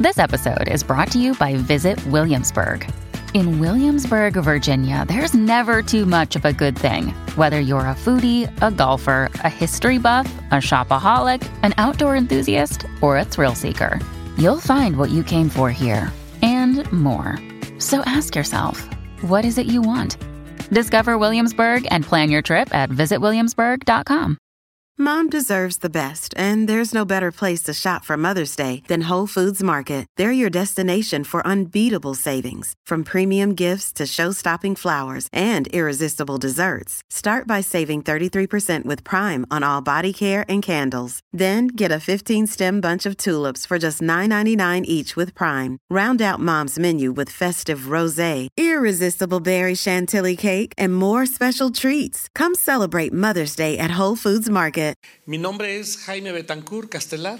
This episode is brought to you by Visit Williamsburg. In Williamsburg, Virginia, there's never too much of a good thing. Whether you're a foodie, a golfer, a history buff, a shopaholic, an outdoor enthusiast, or a thrill seeker, you'll find what you came for here and more. So ask yourself, what is it you want? Discover Williamsburg and plan your trip at visitwilliamsburg.com. Mom deserves the best, and there's no better place to shop for Mother's Day than Whole Foods Market. They're your destination for unbeatable savings, from premium gifts to show-stopping flowers and irresistible desserts. Start by saving 33% with Prime on all body care and candles. Then get a 15-stem bunch of tulips for just $9.99 each with Prime. Round out Mom's menu with festive rosé, irresistible berry chantilly cake, and more special treats. Come celebrate Mother's Day at Whole Foods Market. Mi nombre es Jaime Betancourt Castelar.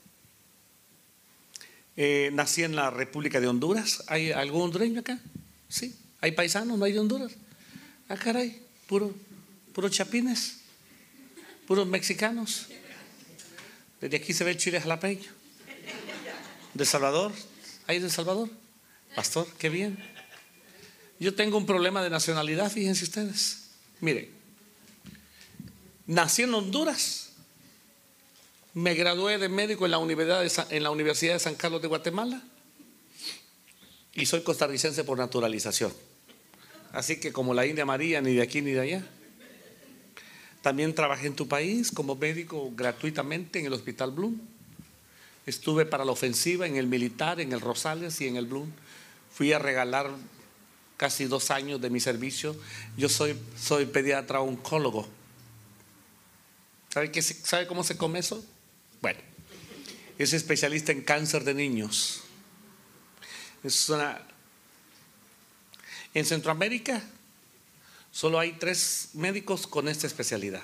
Nací en la República de Honduras. ¿Hay algún hondureño acá? Sí. ¿Hay paisanos? ¿No hay de Honduras? Ah, caray, puro chapines, puros mexicanos. Desde aquí se ve el chile jalapeño. ¿De Salvador? ¿Hay de Salvador? Pastor, qué bien. Yo tengo un problema de nacionalidad, fíjense ustedes. Miren. Nací en Honduras, me gradué de médico en la Universidad de San Carlos de Guatemala y soy costarricense por naturalización. Así que como la India María, ni de aquí ni de allá. También trabajé en tu país como médico gratuitamente en el Hospital Bloom. Estuve para la ofensiva en el militar, en el Rosales y en el Bloom. Fui a regalar casi 2 años de mi servicio. Yo soy pediatra oncólogo. ¿Sabe cómo se come eso? Bueno, es especialista en cáncer de niños. En Centroamérica solo hay 3 médicos con esta especialidad.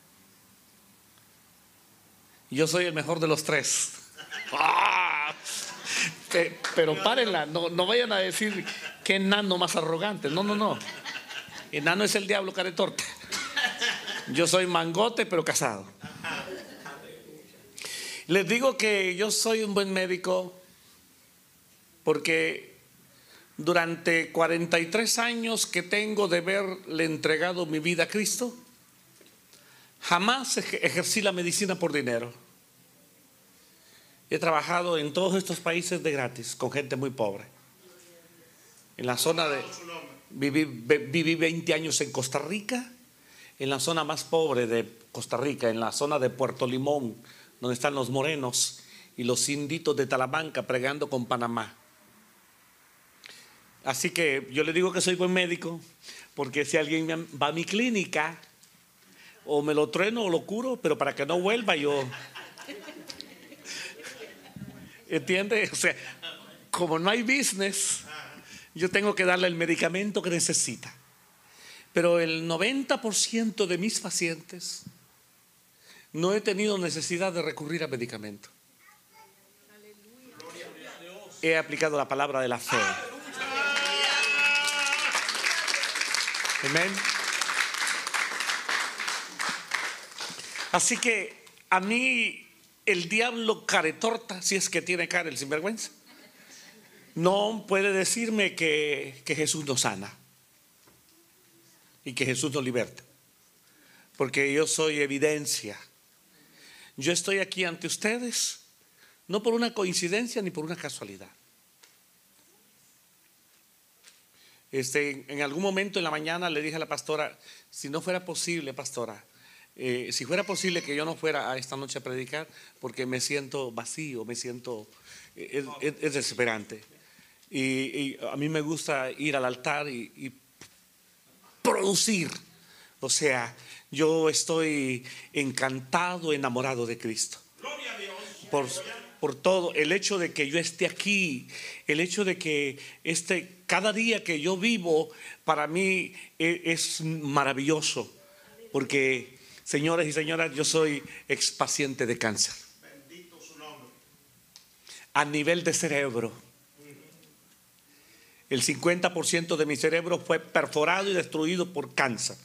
Yo soy el mejor de los 3. ¡Ah! Pero párenla, no vayan a decir qué enano más arrogante. No. Enano es el diablo caretorta. Yo soy mangote pero casado. Les digo que yo soy un buen médico porque durante 43 años que tengo de haberle entregado mi vida a Cristo, jamás ejercí la medicina por dinero. He trabajado en todos estos países de gratis con gente muy pobre. En la zona viví 20 años en Costa Rica. En la zona más pobre de Costa Rica, en la zona de Puerto Limón, donde están los morenos y los inditos de Talamanca pregando con Panamá. Así que yo le digo que soy buen médico, porque si alguien va a mi clínica, o me lo trueno o lo curo, pero para que no vuelva yo. ¿Entiende? O sea, como no hay business, yo tengo que darle el medicamento que necesita. Pero el 90% de mis pacientes no he tenido necesidad de recurrir a medicamento. He aplicado la palabra de la fe. Amén. Así que a mí el diablo caretorta, si es que tiene cara el sinvergüenza, no puede decirme que Jesús nos sana y que Jesús nos liberta, porque yo soy evidencia. Yo estoy aquí ante ustedes no por una coincidencia ni por una casualidad. En algún momento en la mañana le dije a la pastora, si no fuera posible, pastora, si fuera posible que yo no fuera a esta noche a predicar, porque me siento vacío, es desesperante. Y a mí me gusta ir al altar y producir. O sea, yo estoy encantado, enamorado de Cristo. Por todo, el hecho de que yo esté aquí, el hecho de que cada día que yo vivo, para mí es maravilloso. Porque, señores y señoras, yo soy expaciente de cáncer. Bendito su nombre. A nivel de cerebro. El 50% de mi cerebro fue perforado y destruido por cáncer.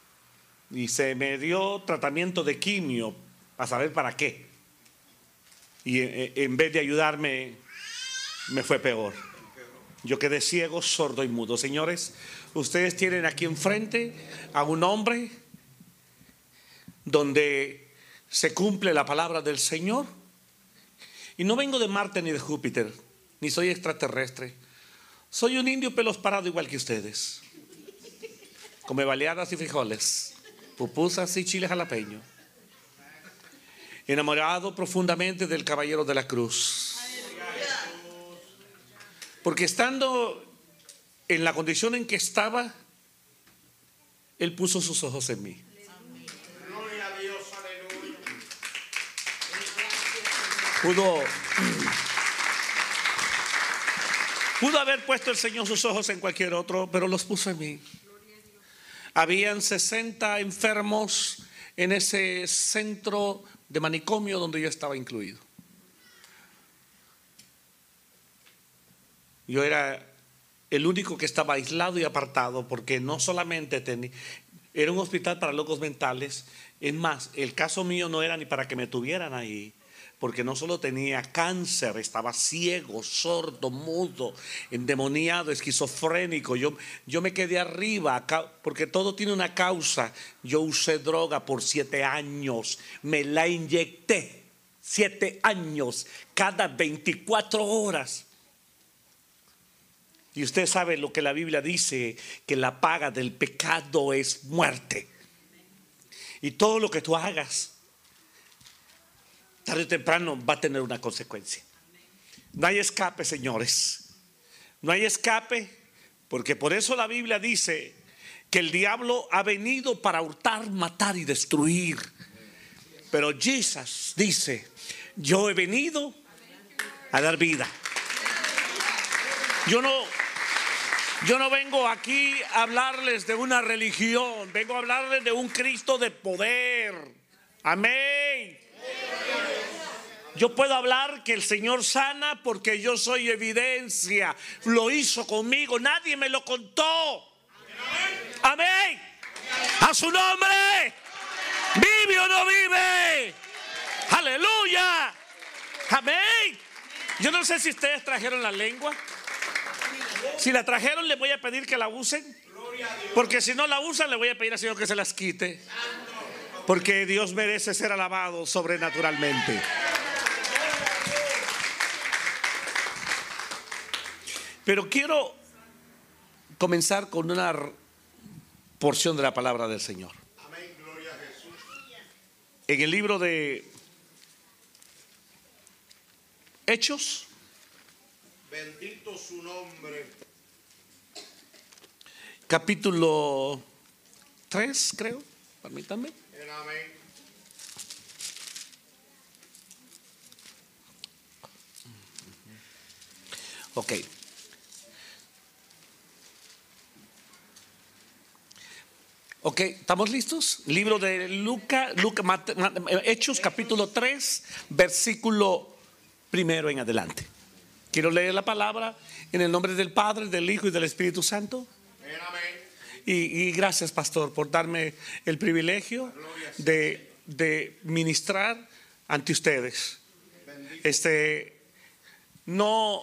Y se me dio tratamiento de quimio, a saber para qué. Y en vez de ayudarme, me fue peor. Yo quedé ciego, sordo y mudo. Señores, ustedes tienen aquí enfrente a un hombre donde se cumple la palabra del Señor. Y no vengo de Marte ni de Júpiter, ni soy extraterrestre. Soy un indio pelos parados igual que ustedes. Come baleadas y frijoles, pupusas y chile jalapeño. Enamorado profundamente del caballero de la cruz. Porque estando en la condición en que estaba, Él puso sus ojos en mí. Pudo haber puesto el Señor sus ojos en cualquier otro, pero los puso en mí. Habían 60 enfermos en ese centro de manicomio donde yo estaba incluido. Yo era el único que estaba aislado y apartado, porque no solamente era un hospital para locos mentales. Es más, el caso mío no era ni para que me tuvieran ahí, porque no solo tenía cáncer, estaba ciego, sordo, mudo, endemoniado, esquizofrénico. Yo me quedé arriba, porque todo tiene una causa. Yo usé droga por 7 años, me la inyecté 7 años, cada 24 horas. Y usted sabe lo que la Biblia dice, que la paga del pecado es muerte. Y todo lo que tú hagas, tarde o temprano va a tener una consecuencia. No hay escape, señores. No hay escape, porque por eso la Biblia dice que el diablo ha venido para hurtar, matar y destruir. Pero Jesús dice: yo he venido a dar vida. Yo no vengo aquí a hablarles de una religión, vengo a hablarles de un Cristo de poder. Amén. Yo puedo hablar que el Señor sana porque yo soy evidencia. Lo hizo conmigo, nadie me lo contó. Amén. A su nombre. ¿Vive o no vive? Aleluya. Amén. Yo no sé si ustedes trajeron la lengua. Si la trajeron, les voy a pedir que la usen, porque si no la usan, le voy a pedir al Señor que se las quite, porque Dios merece ser alabado sobrenaturalmente. Pero quiero comenzar con una porción de la palabra del Señor. En el libro de Hechos, bendito su nombre. Capítulo 3, creo. Permítanme. Amén. Ok. Ok, ¿estamos listos? Libro de Hechos, capítulo 3, versículo 1 en adelante. Quiero leer la palabra en el nombre del Padre, del Hijo y del Espíritu Santo. Amén. Y gracias, pastor, por darme el privilegio de ministrar ante ustedes. No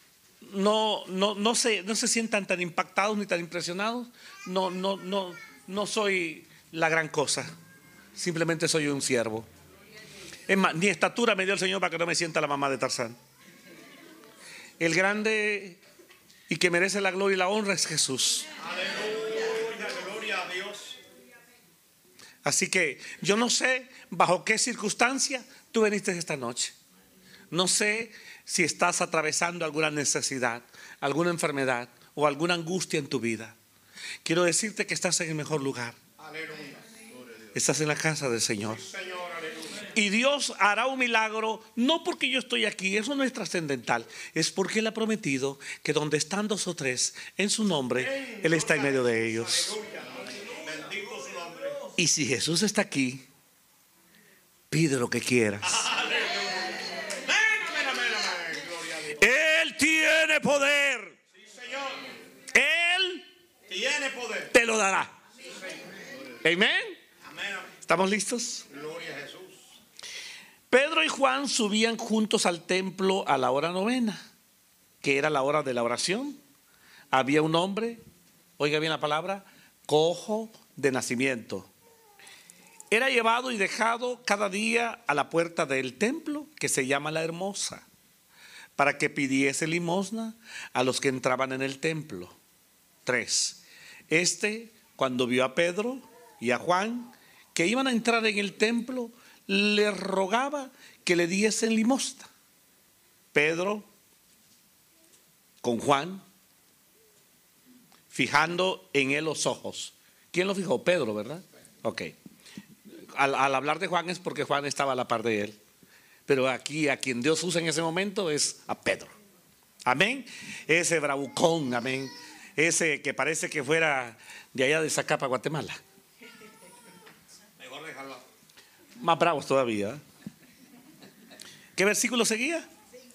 se sientan tan impactados ni tan impresionados. No soy la gran cosa. Simplemente soy un siervo. Es más, ni estatura me dio el Señor para que no me sienta la mamá de Tarzán. El grande y que merece la gloria y la honra es Jesús. Aleluya, gloria a Dios. Así que yo no sé bajo qué circunstancia tú viniste esta noche. No sé si estás atravesando alguna necesidad, alguna enfermedad o alguna angustia en tu vida. Quiero decirte que estás en el mejor lugar. Aleluya. Estás en la casa del Señor. Señor, aleluya. Y Dios hará un milagro, no porque yo estoy aquí, eso no es trascendental, es porque Él ha prometido que donde están 2 o 3 en su nombre, Él está en medio de ellos. Aleluya. Bendito su nombre. Y si Jesús está aquí, pide lo que quieras. Amén, amén, amén, amén. Gloria a Dios. Él tiene poder. Sí, Señor. Él Tiene poder. te lo dará. Amén. Amén. ¿Estamos listos? Gloria a Jesús. Pedro Pedro y Juan subían juntos al templo a la hora novena, que era la hora de la oración. Había un hombre, oiga bien la palabra, cojo de nacimiento. Era llevado y dejado cada día a la puerta del templo, que se llama La Hermosa, para que pidiese limosna a los que entraban en el templo. 3. Cuando vio a Pedro y a Juan que iban a entrar en el templo, le rogaba que le diesen limosna. Pedro con Juan, fijando en él los ojos. ¿Quién lo fijó? Pedro, ¿verdad? Ok. Al hablar de Juan es porque Juan estaba a la par de él. Pero aquí a quien Dios usa en ese momento es a Pedro. Amén. Ese bravucón, amén. Ese que parece que fuera de allá de Zacapa, Guatemala. Mejor dejarlo. Más bravos todavía. ¿Qué versículo seguía?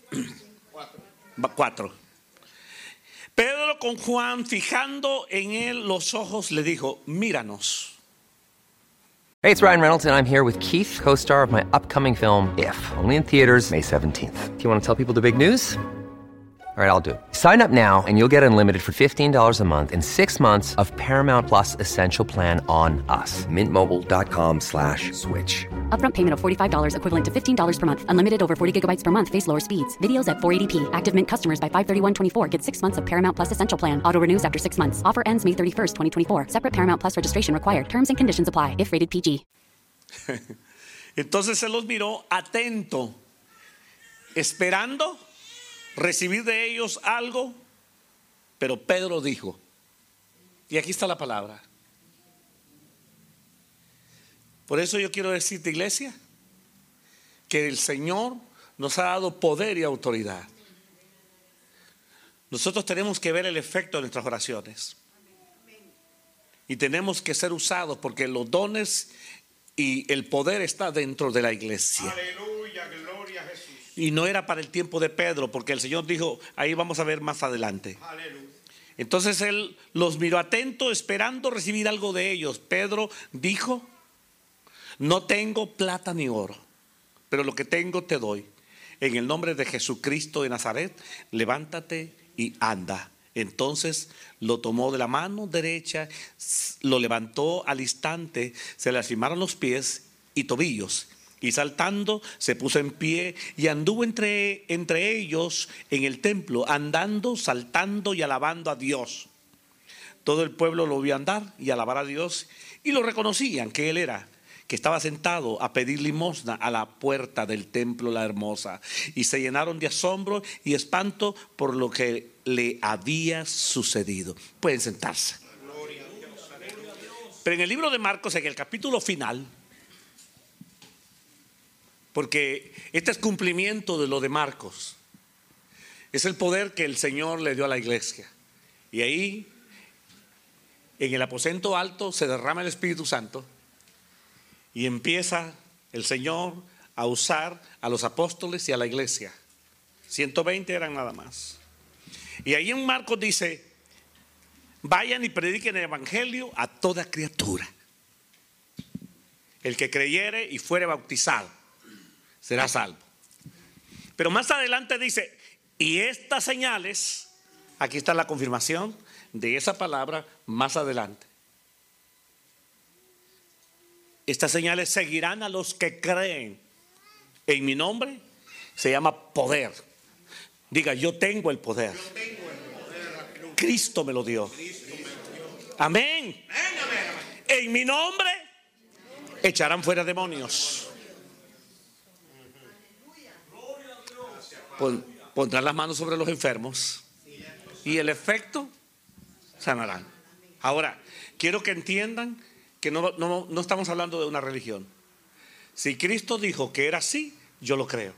4. Pedro con Juan, fijando en él los ojos, le dijo: míranos. Hey, it's Ryan Reynolds, and I'm here with Keith, co-star of my upcoming film, If, only in theaters May 17th. Do you want to tell people the big news? All right, I'll do it. Sign up now and you'll get unlimited for $15 a month and 6 months of Paramount Plus Essential Plan on us. MintMobile.com/switch. Upfront payment of $45 equivalent to $15 per month. Unlimited over 40 gigabytes per month. Face lower speeds. Videos at 480p. Active Mint customers by 531.24 get 6 months of Paramount Plus Essential Plan. Auto renews after 6 months. Offer ends May 31st, 2024. Separate Paramount Plus registration required. Terms and conditions apply if rated PG. Entonces se los miró atento, esperando recibir de ellos algo, pero Pedro dijo, y aquí está la palabra. Por eso yo quiero decirte, iglesia, que el Señor nos ha dado poder y autoridad. Nosotros tenemos que ver el efecto de nuestras oraciones y tenemos que ser usados, porque los dones y el poder está dentro de la iglesia. Aleluya, gloria a Jesús. Y no era para el tiempo de Pedro, porque el Señor dijo, ahí vamos a ver más adelante. Aleluya. Entonces él los miró atento, esperando recibir algo de ellos. Pedro dijo: no tengo plata ni oro, pero lo que tengo te doy. En el nombre de Jesucristo de Nazaret, levántate y anda. Entonces lo tomó de la mano derecha, lo levantó al instante, se le lastimaron los pies y tobillos, y saltando se puso en pie y anduvo entre ellos en el templo, andando, saltando y alabando a Dios. Todo el pueblo lo vio andar y alabar a Dios, y lo reconocían que él era, que estaba sentado a pedir limosna a la puerta del templo La Hermosa, y se llenaron de asombro y espanto por lo que le había sucedido. Pueden sentarse. Pero en el libro de Marcos, en el capítulo final, porque este es cumplimiento de lo de Marcos, es el poder que el Señor le dio a la iglesia, y ahí en el aposento alto se derrama el Espíritu Santo. Y empieza el Señor a usar a los apóstoles y a la iglesia. 120 eran nada más. Y ahí en Marcos dice: vayan y prediquen el evangelio a toda criatura. El que creyere y fuere bautizado será salvo. Pero más adelante dice: y estas señales, aquí está la confirmación de esa palabra más adelante. Estas señales seguirán a los que creen en mi nombre. Se llama poder. Diga: yo tengo el poder. Cristo me lo dio. Amén. En mi nombre echarán fuera demonios. Pondrán las manos sobre los enfermos y el efecto sanarán. Ahora, quiero que entiendan que no estamos hablando de una religión. Si Cristo dijo que era así, yo lo creo.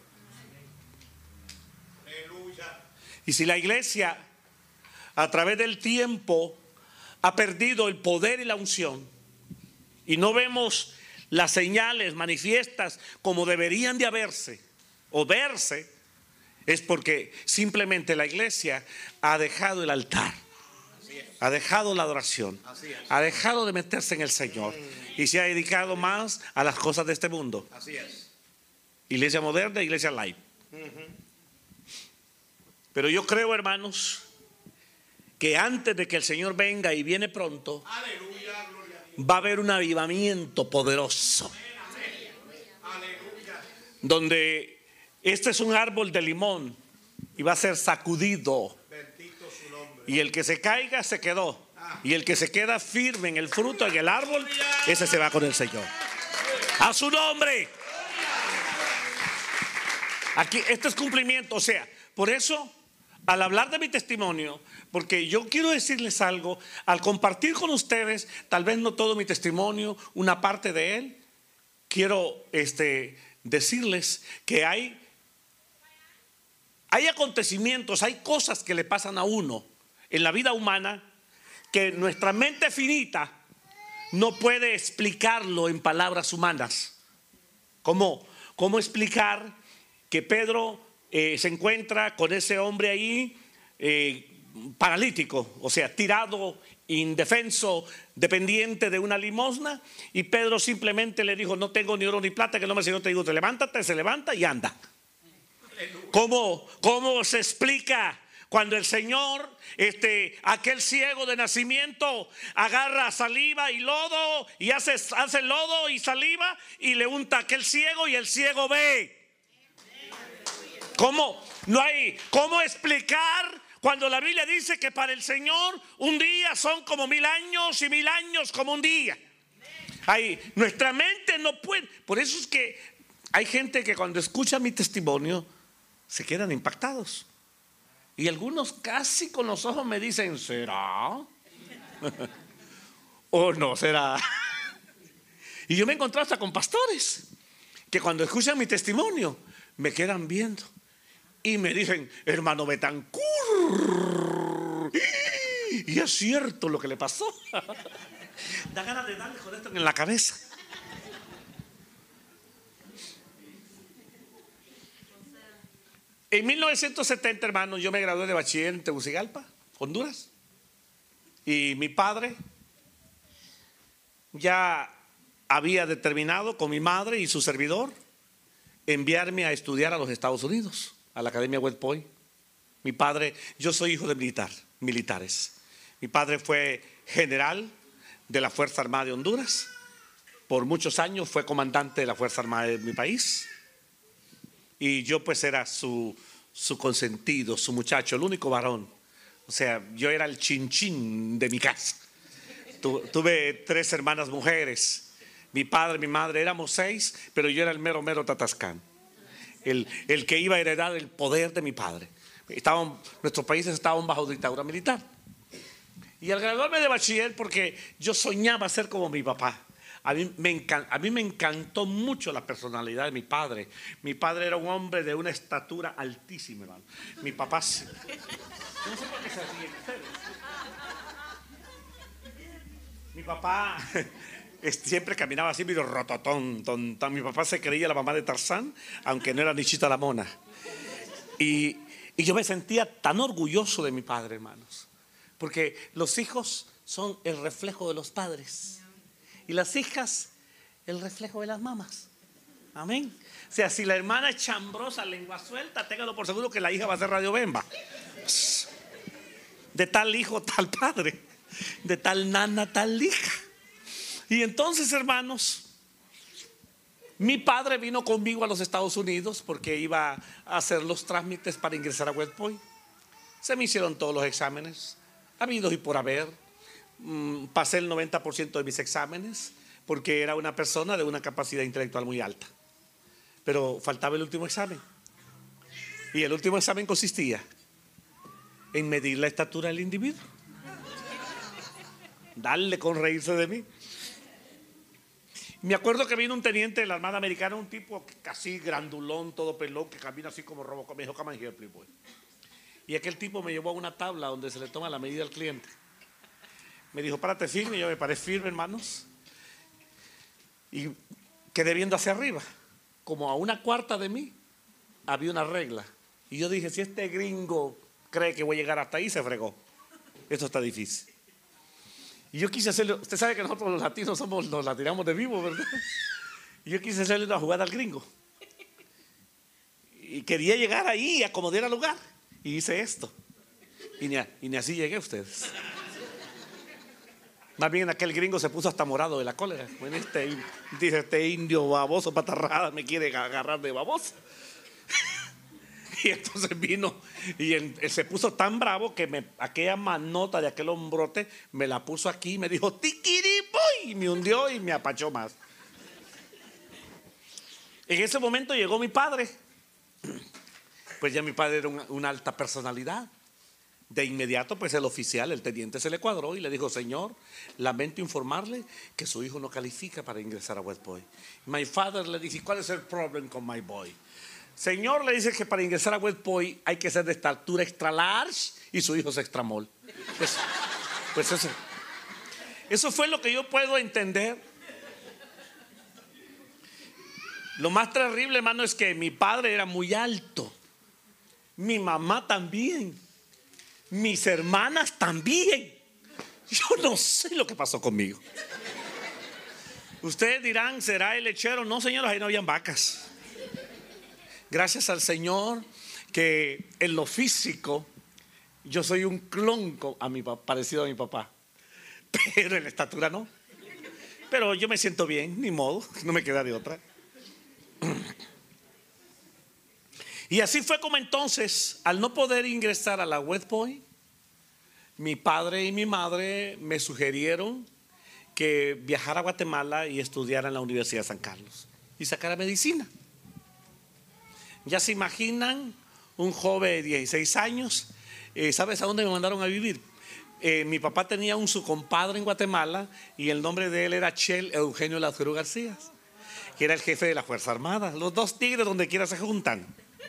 Y si la iglesia a través del tiempo ha perdido el poder y la unción, y no vemos las señales manifiestas como deberían de haberse o verse, es porque simplemente la iglesia ha dejado el altar, ha dejado la adoración, ha dejado de meterse en el Señor y se ha dedicado más a las cosas de este mundo. Así es. Iglesia moderna, iglesia light. Pero yo creo, hermanos, que antes de que el Señor venga, y viene pronto, va a haber un avivamiento poderoso. Donde este es un árbol de limón y va a ser sacudido. Y el que se caiga se quedó. Y el que se queda firme en el fruto, en el árbol, ese se va con el Señor. A su nombre. Aquí, esto es cumplimiento. O sea, por eso, al hablar de mi testimonio, porque yo quiero decirles algo, al compartir con ustedes, tal vez no todo mi testimonio, una parte de él, quiero decirles que hay acontecimientos, hay cosas que le pasan a uno en la vida humana que nuestra mente finita no puede explicarlo en palabras humanas. ¿Cómo explicar que Pedro se encuentra con ese hombre ahí paralítico, o sea, tirado, indefenso, dependiente de una limosna, y Pedro simplemente le dijo: no tengo ni oro ni plata, que el hombre del Señor te digo, te levántate, se levanta y anda? ¿Cómo se explica cuando el Señor, aquel ciego de nacimiento, agarra saliva y lodo y hace lodo y saliva y le unta a aquel ciego y el ciego ve? ¿Cómo explicar cuando la Biblia dice que para el Señor un día son como 1000 años y 1000 años como un día? Nuestra mente no puede. Por eso es que hay gente que cuando escucha mi testimonio se quedan impactados. Y algunos casi con los ojos me dicen: ¿será? ¿O no será? Y yo me he encontrado hasta con pastores que cuando escuchan mi testimonio me quedan viendo y me dicen: hermano Betancur, y es cierto lo que le pasó. Da ganas de darle con esto en la cabeza. En 1970, hermanos, yo me gradué de bachiller en Tegucigalpa, Honduras. Y mi padre ya había determinado con mi madre y su servidor enviarme a estudiar a los Estados Unidos, a la Academia West Point. Mi padre, yo soy hijo de militares. Mi padre fue general de la Fuerza Armada de Honduras. Por muchos años fue comandante de la Fuerza Armada de mi país. Y yo pues era su consentido, su muchacho, el único varón. O sea, yo era el chinchín de mi casa. Tuve 3 hermanas mujeres. Mi padre, mi madre, éramos 6, pero yo era el mero tatascán. El que iba a heredar el poder de mi padre. Nuestros países estaban bajo dictadura militar. Y al graduarme de bachiller, porque yo soñaba ser como mi papá. A mí me encantó mucho la personalidad de mi padre. Mi padre era un hombre de una estatura altísima, hermano. Mi papá, no sé por qué se ríen ustedes. Mi papá siempre caminaba así, medio rototón. Mi papá se creía la mamá de Tarzán, aunque no era ni Chita la Mona. Y yo me sentía tan orgulloso de mi padre, hermanos, porque los hijos son el reflejo de los padres. Y las hijas, el reflejo de las mamás. Amén. O sea, si la hermana es chambrosa, lengua suelta, téngalo por seguro que la hija va a ser Radio Bemba. De tal hijo, tal padre. De tal nana, tal hija. Y entonces, hermanos, mi padre vino conmigo a los Estados Unidos porque iba a hacer los trámites para ingresar a West Point. Se me hicieron todos los exámenes, habidos y por haber. Pasé el 90% de mis exámenes porque era una persona de una capacidad intelectual muy alta. Pero faltaba el último examen. Y el último examen consistía en medir la estatura del individuo. Darle con reírse de mí. Me acuerdo que vino un teniente de la Armada Americana, un tipo casi grandulón, todo pelón, que camina así como Robocop. Me dijo: come here, please, boy. Y aquel tipo me llevó a una tabla donde se le toma la medida al cliente. Me dijo: párate firme. Yo me paré firme, hermanos, y quedé viendo hacia arriba. Como a 1/4 de mí había una regla. Y yo dije: si este gringo cree que voy a llegar hasta ahí, se fregó. Esto está difícil. Y yo quise hacerle, usted sabe que nosotros los latinos nos la tiramos de vivo, ¿verdad? Y yo quise hacerle una jugada al gringo. Y quería llegar ahí, acomodar al lugar. Y hice esto. Y ni así llegué a ustedes. Más bien aquel gringo se puso hasta morado de la cólera. Bueno, dice, este indio baboso, patarrada, me quiere agarrar de baboso. Y entonces vino y él se puso tan bravo que aquella manota de aquel hombrote me la puso aquí y me dijo tiquiripoy, y me hundió y me apachó más. En ese momento llegó mi padre. Pues ya mi padre era una alta personalidad. De inmediato pues el oficial, el teniente, se le cuadró y le dijo: señor, lamento informarle que su hijo no califica para ingresar a West Point. My father le dice: ¿cuál es el problema con my boy? Señor, le dice que para ingresar a West Point hay que ser de estatura extra large y su hijo es extra small. Pues eso fue lo que yo puedo entender. Lo más terrible, hermano, es que mi padre era muy alto, mi mamá también, mis hermanas también. Yo no sé lo que pasó conmigo. Ustedes dirán: ¿será el lechero? No, señores, ahí no habían vacas. Gracias al Señor que en lo físico yo soy un clon parecido a mi papá, pero en la estatura no. Pero yo me siento bien, ni modo, no me queda de otra. Y así fue como entonces, al no poder ingresar a la West Point, mi padre y mi madre me sugirieron que viajara a Guatemala y estudiara en la Universidad de San Carlos y sacara medicina. Ya se imaginan un joven de 16 años. ¿Sabes a dónde me mandaron a vivir? Mi papá tenía su compadre en Guatemala y el nombre de él era Chel Eugenio Lazaro García, que era el jefe de la Fuerza Armada. Los dos tigres donde quiera se juntan.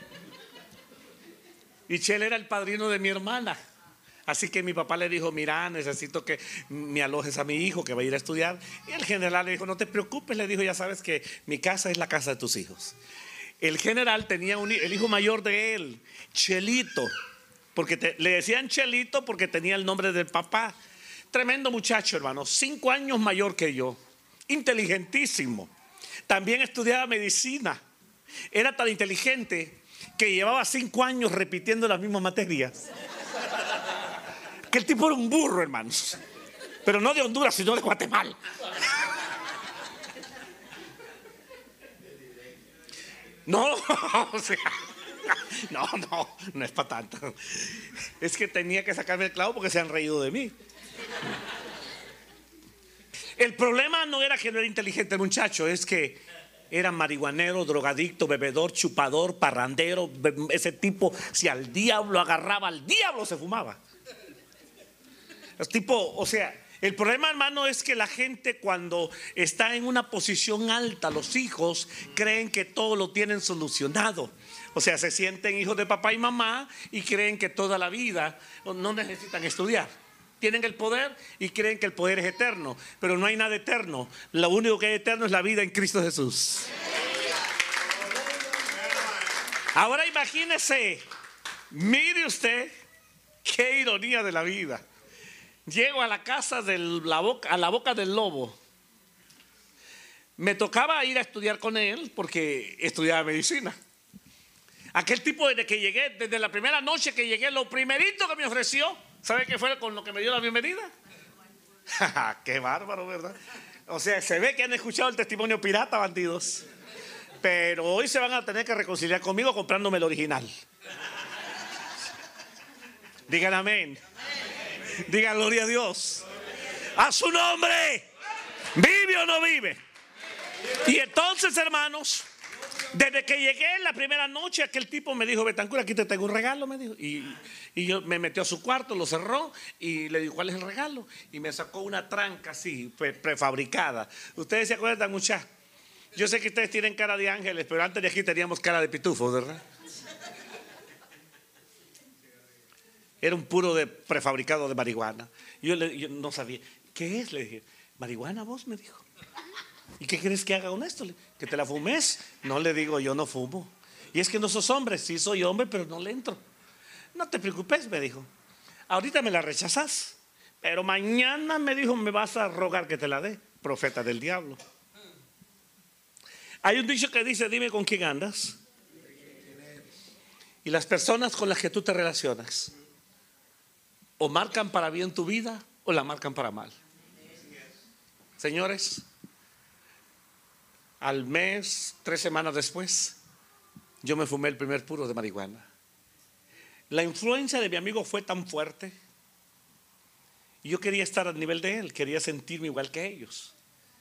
Y Chel era el padrino de mi hermana. Así que mi papá le dijo: mira, necesito que me alojes a mi hijo que va a ir a estudiar. Y el general le dijo: no te preocupes, le dijo, ya sabes que mi casa es la casa de tus hijos. El general tenía el hijo mayor de él, Chelito, porque le decían Chelito porque tenía el nombre del papá. Tremendo muchacho, hermano, 5 años mayor que yo, inteligentísimo. También estudiaba medicina. Era tan inteligente que llevaba 5 años repitiendo las mismas materias. Que el tipo era un burro, hermanos. Pero no de Honduras, sino de Guatemala. No, o sea, no es para tanto. Es que tenía que sacarme el clavo porque se han reído de mí. El problema no era que no era inteligente el muchacho, es que era marihuanero, drogadicto, bebedor, chupador, parrandero. Ese tipo, si al diablo agarraba, al diablo se fumaba. El tipo, o sea, el problema, hermano, es que la gente cuando está en una posición alta, los hijos creen que todo lo tienen solucionado. O sea, se sienten hijos de papá y mamá y creen que toda la vida no necesitan estudiar. Tienen el poder y creen que el poder es eterno, pero no hay nada eterno. Lo único que es eterno es la vida en Cristo Jesús. Ahora imagínese, mire usted qué ironía de la vida. Llego a la casa a la boca del lobo. Me tocaba ir a estudiar con él porque estudiaba medicina. Aquel tipo, desde la primera noche que llegué, lo primerito que me ofreció, ¿sabe qué fue con lo que me dio la bienvenida? Qué bárbaro, ¿verdad? O sea, se ve que han escuchado el testimonio pirata, bandidos. Pero hoy se van a tener que reconciliar conmigo comprándome el original. Digan amén. Digan gloria a Dios. A su nombre. ¿Vive o no vive? Y entonces, hermanos, desde que llegué la primera noche, aquel tipo me dijo: Betancur, aquí te tengo un regalo, me dijo. Y yo me metió a su cuarto, lo cerró y le dijo: ¿cuál es el regalo? Y me sacó una tranca así, prefabricada. Ustedes se acuerdan, muchachos. Yo sé que ustedes tienen cara de ángeles, pero antes de aquí teníamos cara de pitufos, ¿verdad? Era un puro prefabricado de marihuana. Yo no sabía. ¿Qué es? Le dije: ¿marihuana vos? Me dijo. ¿Y qué quieres que haga con esto? ¿Que te la fumes? No, le digo, yo no fumo. Y es que no sos hombre. Sí, soy hombre, pero no le entro. No te preocupes, me dijo. Ahorita me la rechazás, pero mañana, me dijo, me vas a rogar que te la dé. Profeta del diablo. Hay un dicho que dice: dime con quién andas Y las personas con las que tú te relacionas o marcan para bien tu vida o la marcan para mal. Señores, al mes, 3 semanas después, yo me fumé el primer puro de marihuana. La influencia de mi amigo fue tan fuerte y yo quería estar al nivel de él, quería sentirme igual que ellos.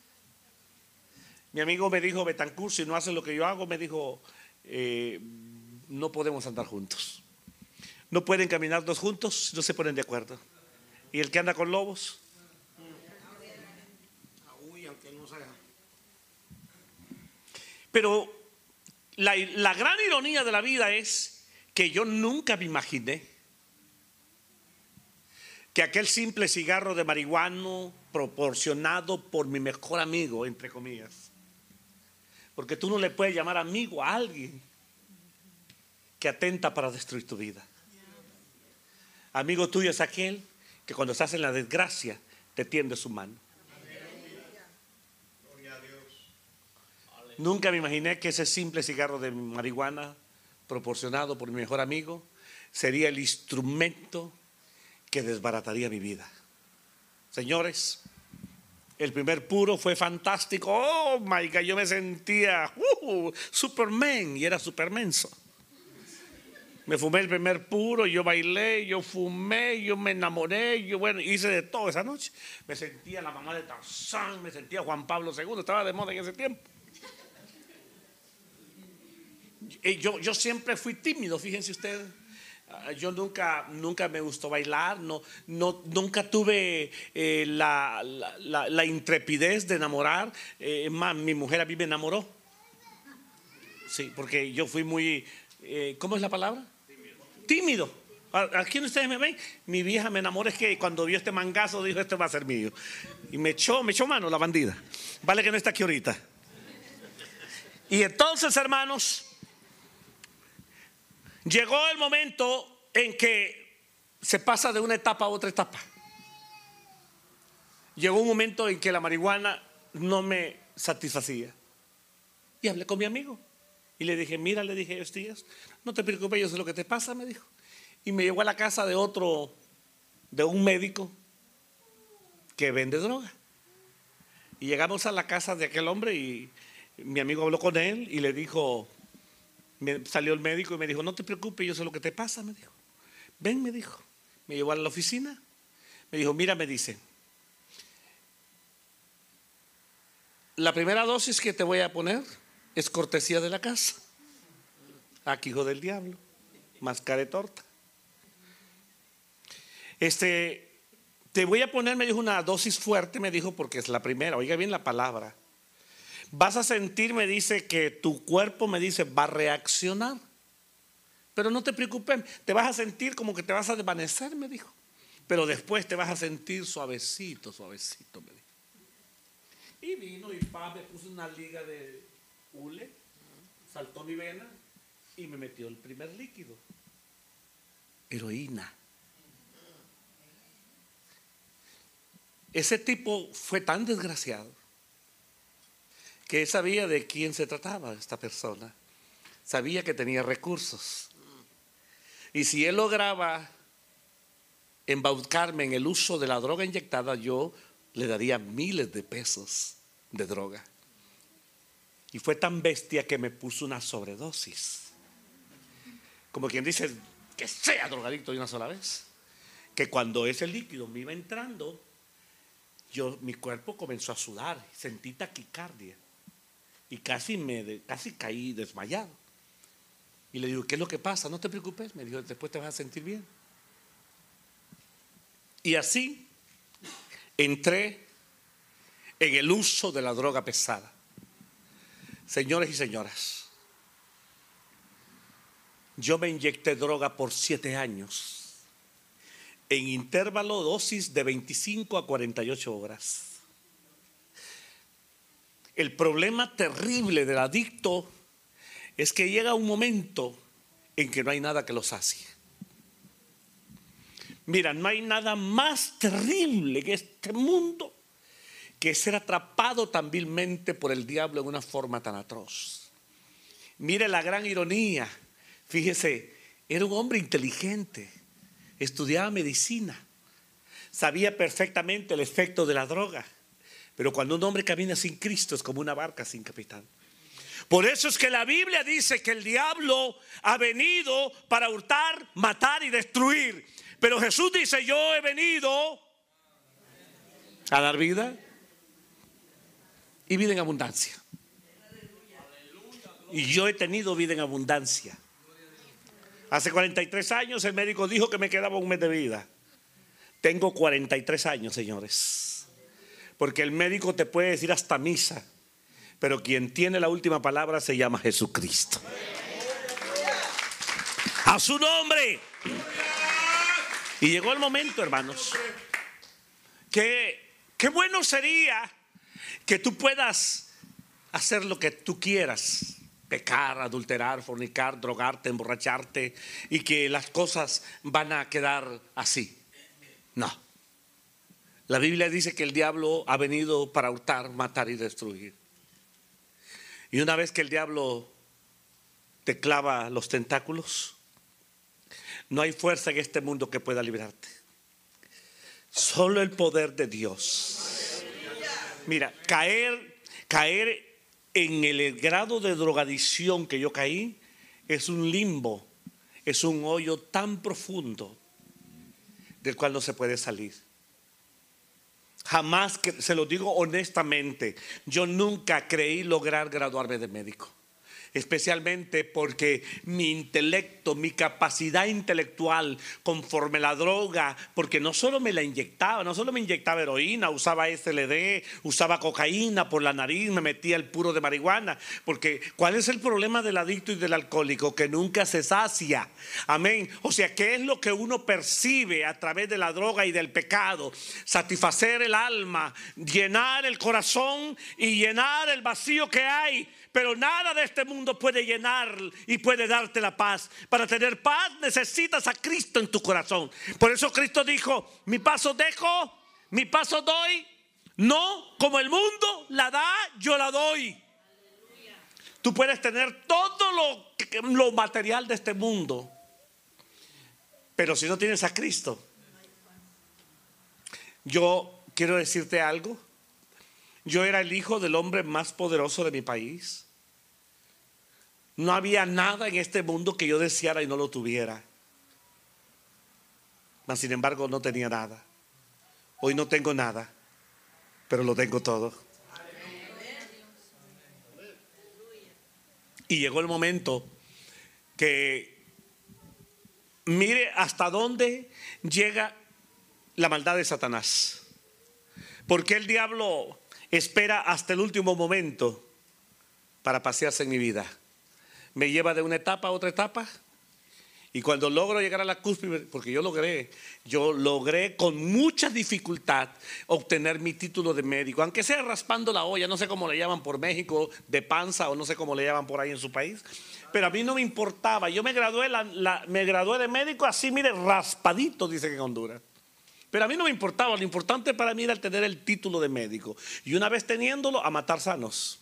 Mi amigo me dijo: Betancur, si no haces lo que yo hago, me dijo, no podemos andar juntos. No pueden caminar dos juntos si no se ponen de acuerdo. Y el que anda con lobos, aunque no sea. Pero la gran ironía de la vida es que yo nunca me imaginé que aquel simple cigarro de marihuana proporcionado por mi mejor amigo, entre comillas, porque tú no le puedes llamar amigo a alguien que atenta para destruir tu vida. Amigo tuyo es aquel que cuando estás en la desgracia te tiende su mano. Nunca me imaginé que ese simple cigarro de marihuana proporcionado por mi mejor amigo sería el instrumento que desbarataría mi vida. Señores, el primer puro fue fantástico. Oh my God, yo me sentía Superman, y era supermenso. Me fumé el primer puro, yo bailé, yo fumé, yo me enamoré, yo hice de todo esa noche. Me sentía la mamá de Tarzán, me sentía Juan Pablo II, estaba de moda en ese tiempo. Yo siempre fui tímido, fíjense ustedes. Yo nunca me gustó bailar, nunca tuve la intrepidez de enamorar. Más, mi mujer a mí me enamoró. Sí, porque yo fui muy, ¿cómo es la palabra? Tímido. ¿A quién ustedes me ven? Mi vieja me enamoró, es que cuando vio este mangazo dijo: este va a ser mío. Y me echó mano la bandida. Vale que no está aquí ahorita. Y entonces, hermanos, llegó el momento en que se pasa de una etapa a otra etapa. Llegó un momento en que la marihuana no me satisfacía. Y hablé con mi amigo y le dije: mira, le dije estos días, no te preocupes, yo sé lo que te pasa, me dijo. Y me llevó a la casa de un médico que vende droga. Y llegamos a la casa de aquel hombre y mi amigo habló con él y le dijo, salió el médico y me dijo: no te preocupes, yo sé lo que te pasa, me dijo. Ven, me dijo. Me llevó a la oficina. Me dijo: mira, me dice, la primera dosis que te voy a poner es cortesía de la casa. Aquí, hijo del diablo, más cara de torta. Te voy a poner, me dijo, una dosis fuerte, me dijo, porque es la primera. Oiga bien la palabra. Vas a sentir, me dice, que tu cuerpo, me dice, va a reaccionar. Pero no te preocupes, te vas a sentir como que te vas a desvanecer, me dijo. Pero después te vas a sentir suavecito, suavecito, me dijo. Y vino y me puso una liga de hule, saltó mi vena y me metió el primer líquido. Heroína. Ese tipo fue tan desgraciado que sabía de quién se trataba esta persona. Sabía que tenía recursos. Y si él lograba embaucarme en el uso de la droga inyectada, yo le daría miles de pesos de droga. Y fue tan bestia que me puso una sobredosis. Como quien dice, que sea drogadicto de una sola vez. Que cuando ese líquido me iba entrando, mi cuerpo comenzó a sudar, sentí taquicardia y casi caí desmayado. Y le digo: ¿qué es lo que pasa? No te preocupes, me dijo, después te vas a sentir bien. Y así entré en el uso de la droga pesada. Señores y señoras, yo me inyecté droga por 7 años. En intervalo dosis de 25 a 48 horas. El problema terrible del adicto es que llega un momento en que no hay nada que lo sacie. Mira, no hay nada más terrible que este mundo que ser atrapado tan vilmente por el diablo en una forma tan atroz. Mire la gran ironía. Fíjese, Era un hombre inteligente, estudiaba medicina, sabía perfectamente el efecto de la droga. Pero cuando un hombre camina sin Cristo es como una barca sin capitán. Por eso es que la Biblia dice que el diablo ha venido para hurtar, matar y destruir. Pero Jesús dice: yo he venido a dar vida y vida en abundancia. Y yo he tenido vida en abundancia. Hace 43 años el médico dijo que me quedaba un mes de vida. Tengo 43 años, señores. Porque el médico te puede decir hasta misa, pero quien tiene la última palabra se llama Jesucristo. A su nombre. Y llegó el momento, hermanos, que qué bueno sería que tú puedas hacer lo que tú quieras. Pecar, adulterar, fornicar, drogarte, emborracharte, y que las cosas van a quedar así. No. La Biblia dice que el diablo ha venido para hurtar, matar y destruir. Y una vez que el diablo te clava los tentáculos, no hay fuerza en este mundo que pueda librarte. Solo el poder de Dios. Mira, caer en el grado de drogadicción que yo caí es un limbo, es un hoyo tan profundo del cual no se puede salir. Jamás, se lo digo honestamente, yo nunca creí lograr graduarme de médico. Especialmente porque mi intelecto, mi capacidad intelectual conforme la droga, porque no solo me la inyectaba, no solo me inyectaba heroína, usaba SLD, usaba cocaína por la nariz, me metía el puro de marihuana. Porque ¿cuál es el problema del adicto y del alcohólico? Que nunca se sacia. Amén. O sea, ¿qué es lo que uno percibe a través de la droga y del pecado? Satisfacer el alma, llenar el corazón y llenar el vacío que hay. Pero nada de este mundo puede llenar y puede darte la paz. Para tener paz necesitas a Cristo en tu corazón. Por eso Cristo dijo: mi paz os dejo, mi paz os doy. No como el mundo la da, yo la doy. Tú puedes tener todo lo material de este mundo, pero si no tienes a Cristo. Yo quiero decirte algo. Yo era el hijo del hombre más poderoso de mi país. No había nada en este mundo que yo deseara y no lo tuviera. Mas sin embargo no tenía nada. Hoy no tengo nada, pero lo tengo todo. Y llegó el momento que mire hasta dónde llega la maldad de Satanás. Porque el diablo espera hasta el último momento para pasearse en mi vida. Me lleva de una etapa a otra etapa, y cuando logro llegar a la cúspide, porque yo logré con mucha dificultad obtener mi título de médico, aunque sea raspando la olla, no sé cómo le llaman por México, de panza, o no sé cómo le llaman por ahí en su país, pero a mí no me importaba. Yo me gradué de médico así, mire, raspadito, dicen en Honduras. Pero a mí no me importaba, lo importante para mí era tener el título de médico. Y una vez teniéndolo, a matar sanos.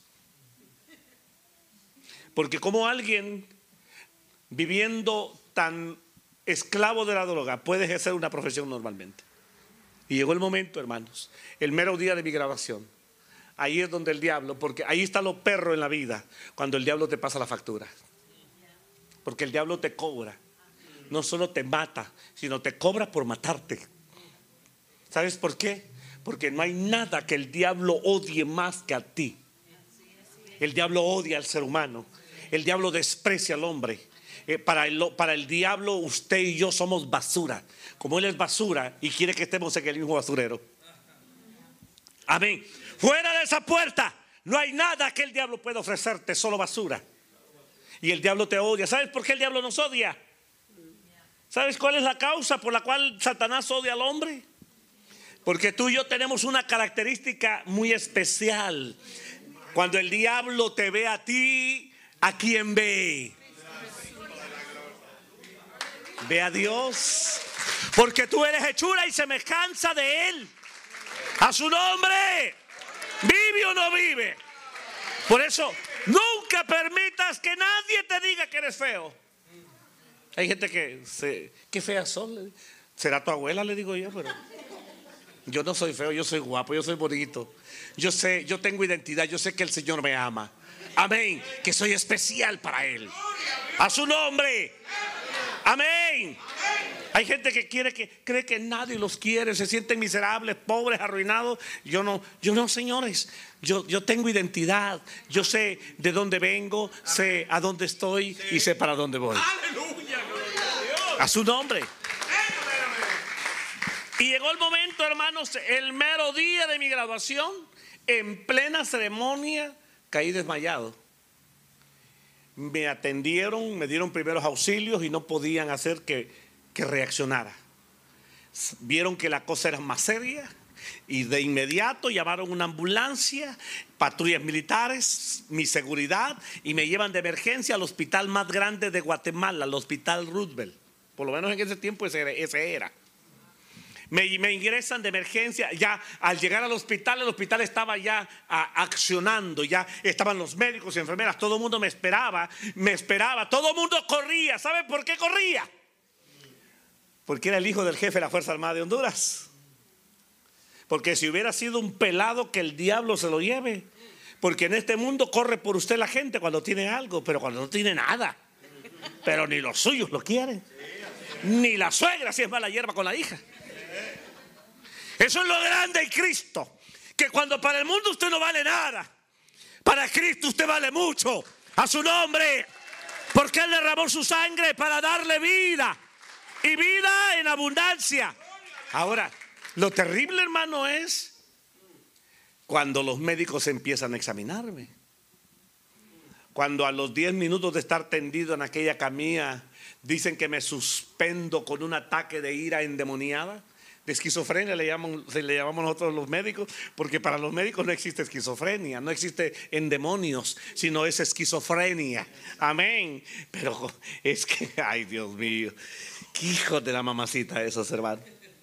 Porque como alguien viviendo tan esclavo de la droga puede ejercer una profesión normalmente. Y llegó el momento, hermanos, el mero día de mi graduación. Ahí es donde el diablo, porque ahí está lo perro en la vida, cuando el diablo te pasa la factura. Porque el diablo te cobra. No solo te mata, sino te cobra por matarte. ¿Sabes por qué? Porque no hay nada que el diablo odie más que a ti. El diablo odia al ser humano. El diablo desprecia al hombre. Para el diablo usted y yo somos basura. Como él es basura y quiere que estemos en el mismo basurero. Amén. Fuera de esa puerta no hay nada que el diablo pueda ofrecerte, solo basura. Y el diablo te odia. ¿Sabes por qué el diablo nos odia? ¿Sabes cuál es la causa por la cual Satanás odia al hombre? Porque tú y yo tenemos una característica muy especial. Cuando el diablo te ve a ti, ¿a quién ve? Ve a Dios. Porque tú eres hechura y semejanza de Él. A su nombre. ¿Vive o no vive? Por eso, nunca permitas que nadie te diga que eres feo. Hay gente qué feas son. Será tu abuela, le digo yo, pero yo no soy feo, yo soy guapo, yo soy bonito. Yo sé, yo tengo identidad, yo sé que el Señor me ama. Amén, que soy especial para Él. A su nombre. Amén. Hay gente que cree que nadie los quiere, se sienten miserables, pobres, arruinados. Yo no, señores. Yo tengo identidad. Yo sé de dónde vengo, sé a dónde estoy y sé para dónde voy. Aleluya, gloria a Dios. A su nombre. Y llegó el momento, hermanos, el mero día de mi graduación, en plena ceremonia, caí desmayado. Me atendieron, me dieron primeros auxilios y no podían hacer que reaccionara. Vieron que la cosa era más seria y de inmediato llamaron una ambulancia, patrullas militares, mi seguridad, y me llevan de emergencia al hospital más grande de Guatemala, al Hospital Roosevelt. Por lo menos en ese tiempo ese era. Me ingresan de emergencia. Ya al llegar al hospital, el hospital estaba ya accionando. Ya estaban los médicos y enfermeras. Todo el mundo me esperaba. Todo el mundo corría. ¿Sabe por qué corría? Porque era el hijo del jefe de la Fuerza Armada de Honduras. Porque si hubiera sido un pelado, que el diablo se lo lleve. Porque en este mundo corre por usted la gente cuando tiene algo, pero cuando no tiene nada. Pero ni los suyos lo quieren. Ni la suegra si es mala hierba con la hija. Eso es lo grande en Cristo, que cuando para el mundo usted no vale nada, para Cristo usted vale mucho. A su nombre. Porque Él derramó su sangre para darle vida, y vida en abundancia. Ahora, lo terrible, hermano, es cuando los médicos empiezan a examinarme. Cuando a los 10 minutos de estar tendido en aquella camilla dicen que me suspendo con un ataque de ira endemoniada. De esquizofrenia le llamamos nosotros los médicos, porque para los médicos no existe esquizofrenia, no existe endemonios, sino es esquizofrenia. Amén. Pero es que, ay Dios mío, qué hijos de la mamacita esos, hermanos.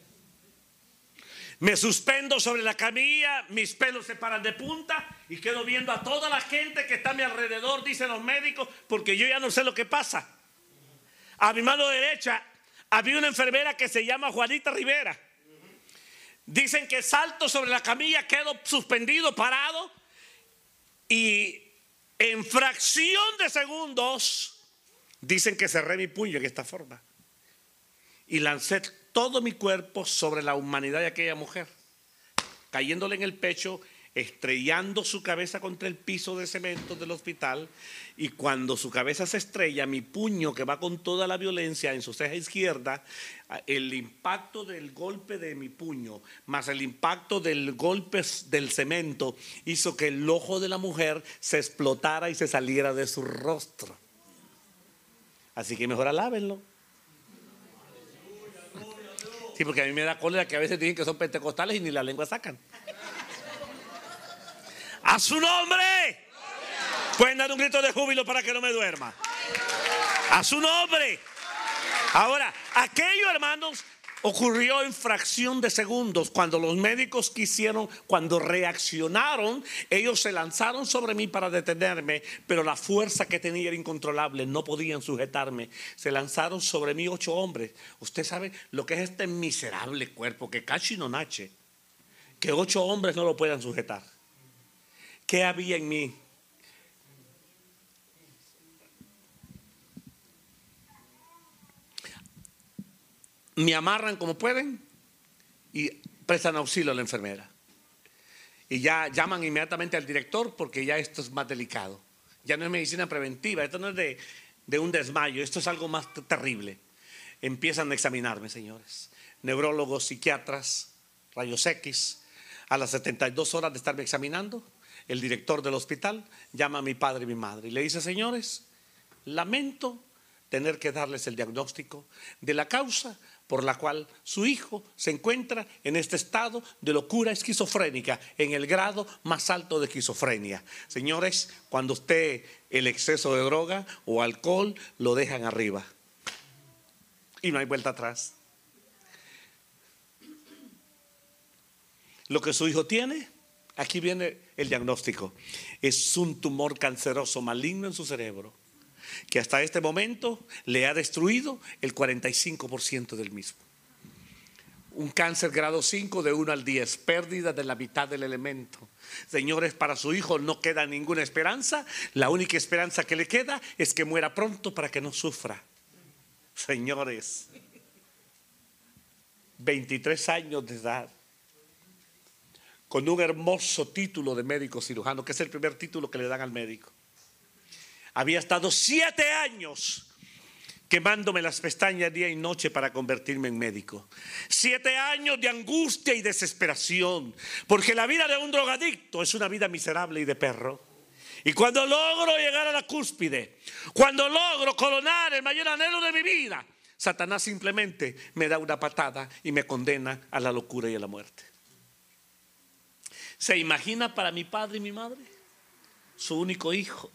Me suspendo sobre la camilla, mis pelos se paran de punta y quedo viendo a toda la gente que está a mi alrededor, dicen los médicos, porque yo ya no sé lo que pasa. A mi mano derecha había una enfermera que se llama Juanita Rivera. Dicen que salto sobre la camilla, quedo suspendido, parado, y en fracción de segundos dicen que cerré mi puño en esta forma y lancé todo mi cuerpo sobre la humanidad de aquella mujer, cayéndole en el pecho, estrellando su cabeza contra el piso de cemento del hospital. Y cuando su cabeza se estrella, mi puño, que va con toda la violencia en su ceja izquierda, el impacto del golpe de mi puño más el impacto del golpe del cemento hizo que el ojo de la mujer se explotara y se saliera de su rostro. Así que mejor alábenlo. Sí, porque a mí me da cólera que a veces dicen que son pentecostales y ni la lengua sacan. ¡A su nombre! Pueden dar un grito de júbilo para que no me duerma. ¡A su nombre! Ahora, aquello, hermanos, ocurrió en fracción de segundos. Cuando los médicos cuando reaccionaron, ellos se lanzaron sobre mí para detenerme, pero la fuerza que tenía era incontrolable, no podían sujetarme. Se lanzaron sobre mí 8 hombres. Usted sabe lo que es este miserable cuerpo, que cachi no nache, que 8 hombres no lo puedan sujetar. ¿Qué había en mí? Me amarran como pueden y prestan auxilio a la enfermera. Y ya llaman inmediatamente al director, porque ya esto es más delicado. Ya no es medicina preventiva, esto no es de un desmayo, esto es algo más terrible. Empiezan a examinarme, señores. Neurólogos, psiquiatras, rayos X. A las 72 horas de estarme examinando, el director del hospital llama a mi padre y mi madre y le dice: señores, lamento tener que darles el diagnóstico de la causa por la cual su hijo se encuentra en este estado de locura esquizofrénica, en el grado más alto de esquizofrenia. Señores, cuando usted el exceso de droga o alcohol lo dejan arriba y no hay vuelta atrás. Lo que su hijo tiene, aquí viene el diagnóstico, es un tumor canceroso maligno en su cerebro. que hasta este momento le ha destruido el 45% del mismo. Un cáncer grado 5 de 1 al 10, pérdida de la mitad del elemento. Señores, para su hijo no queda ninguna esperanza. La única esperanza que le queda es que muera pronto para que no sufra. Señores, 23 años de edad, con un hermoso título de médico cirujano, que es el primer título que le dan al médico. Había estado 7 años quemándome las pestañas día y noche para convertirme en médico. 7 años de angustia y desesperación, porque la vida de un drogadicto es una vida miserable y de perro. Y cuando logro llegar a la cúspide, cuando logro coronar el mayor anhelo de mi vida, Satanás simplemente me da una patada y me condena a la locura y a la muerte. ¿Se imagina para mi padre y mi madre? Su único hijo,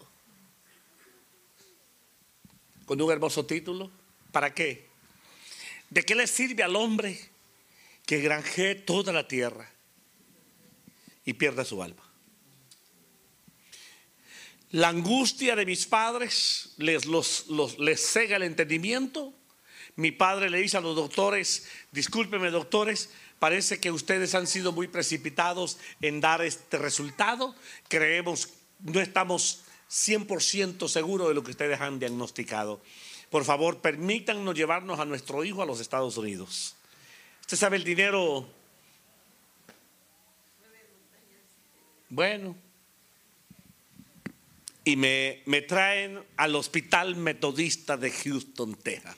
con un hermoso título. ¿Para qué? ¿De qué le sirve al hombre que granjee toda la tierra y pierda su alma? La angustia de mis padres les cega el entendimiento. Mi padre le dice a los doctores: discúlpeme, doctores, parece que ustedes han sido muy precipitados en dar este resultado. No estamos 100% seguro de lo que ustedes han diagnosticado. Por favor, permítanos llevarnos a nuestro hijo a los Estados Unidos. Usted sabe, el dinero, bueno, y me traen al Hospital Metodista de Houston, Texas.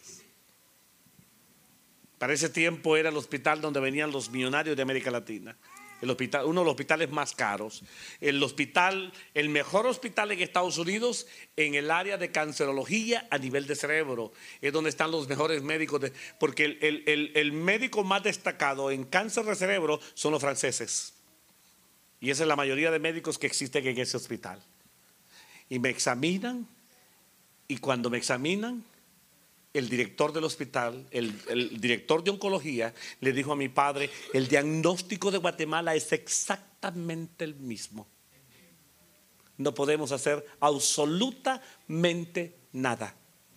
Para ese tiempo era el hospital donde venían los millonarios de América Latina. El hospital, uno de los hospitales más caros, el mejor hospital en Estados Unidos en el área de cancerología a nivel de cerebro. Es donde están los mejores médicos, porque el médico más destacado en cáncer de cerebro son los franceses. Y esa es la mayoría de médicos que existen en ese hospital. Y me examinan, y cuando me examinan, el director del hospital, el director de oncología, le dijo a mi padre: el diagnóstico de Guatemala es exactamente el mismo. No podemos hacer absolutamente nada.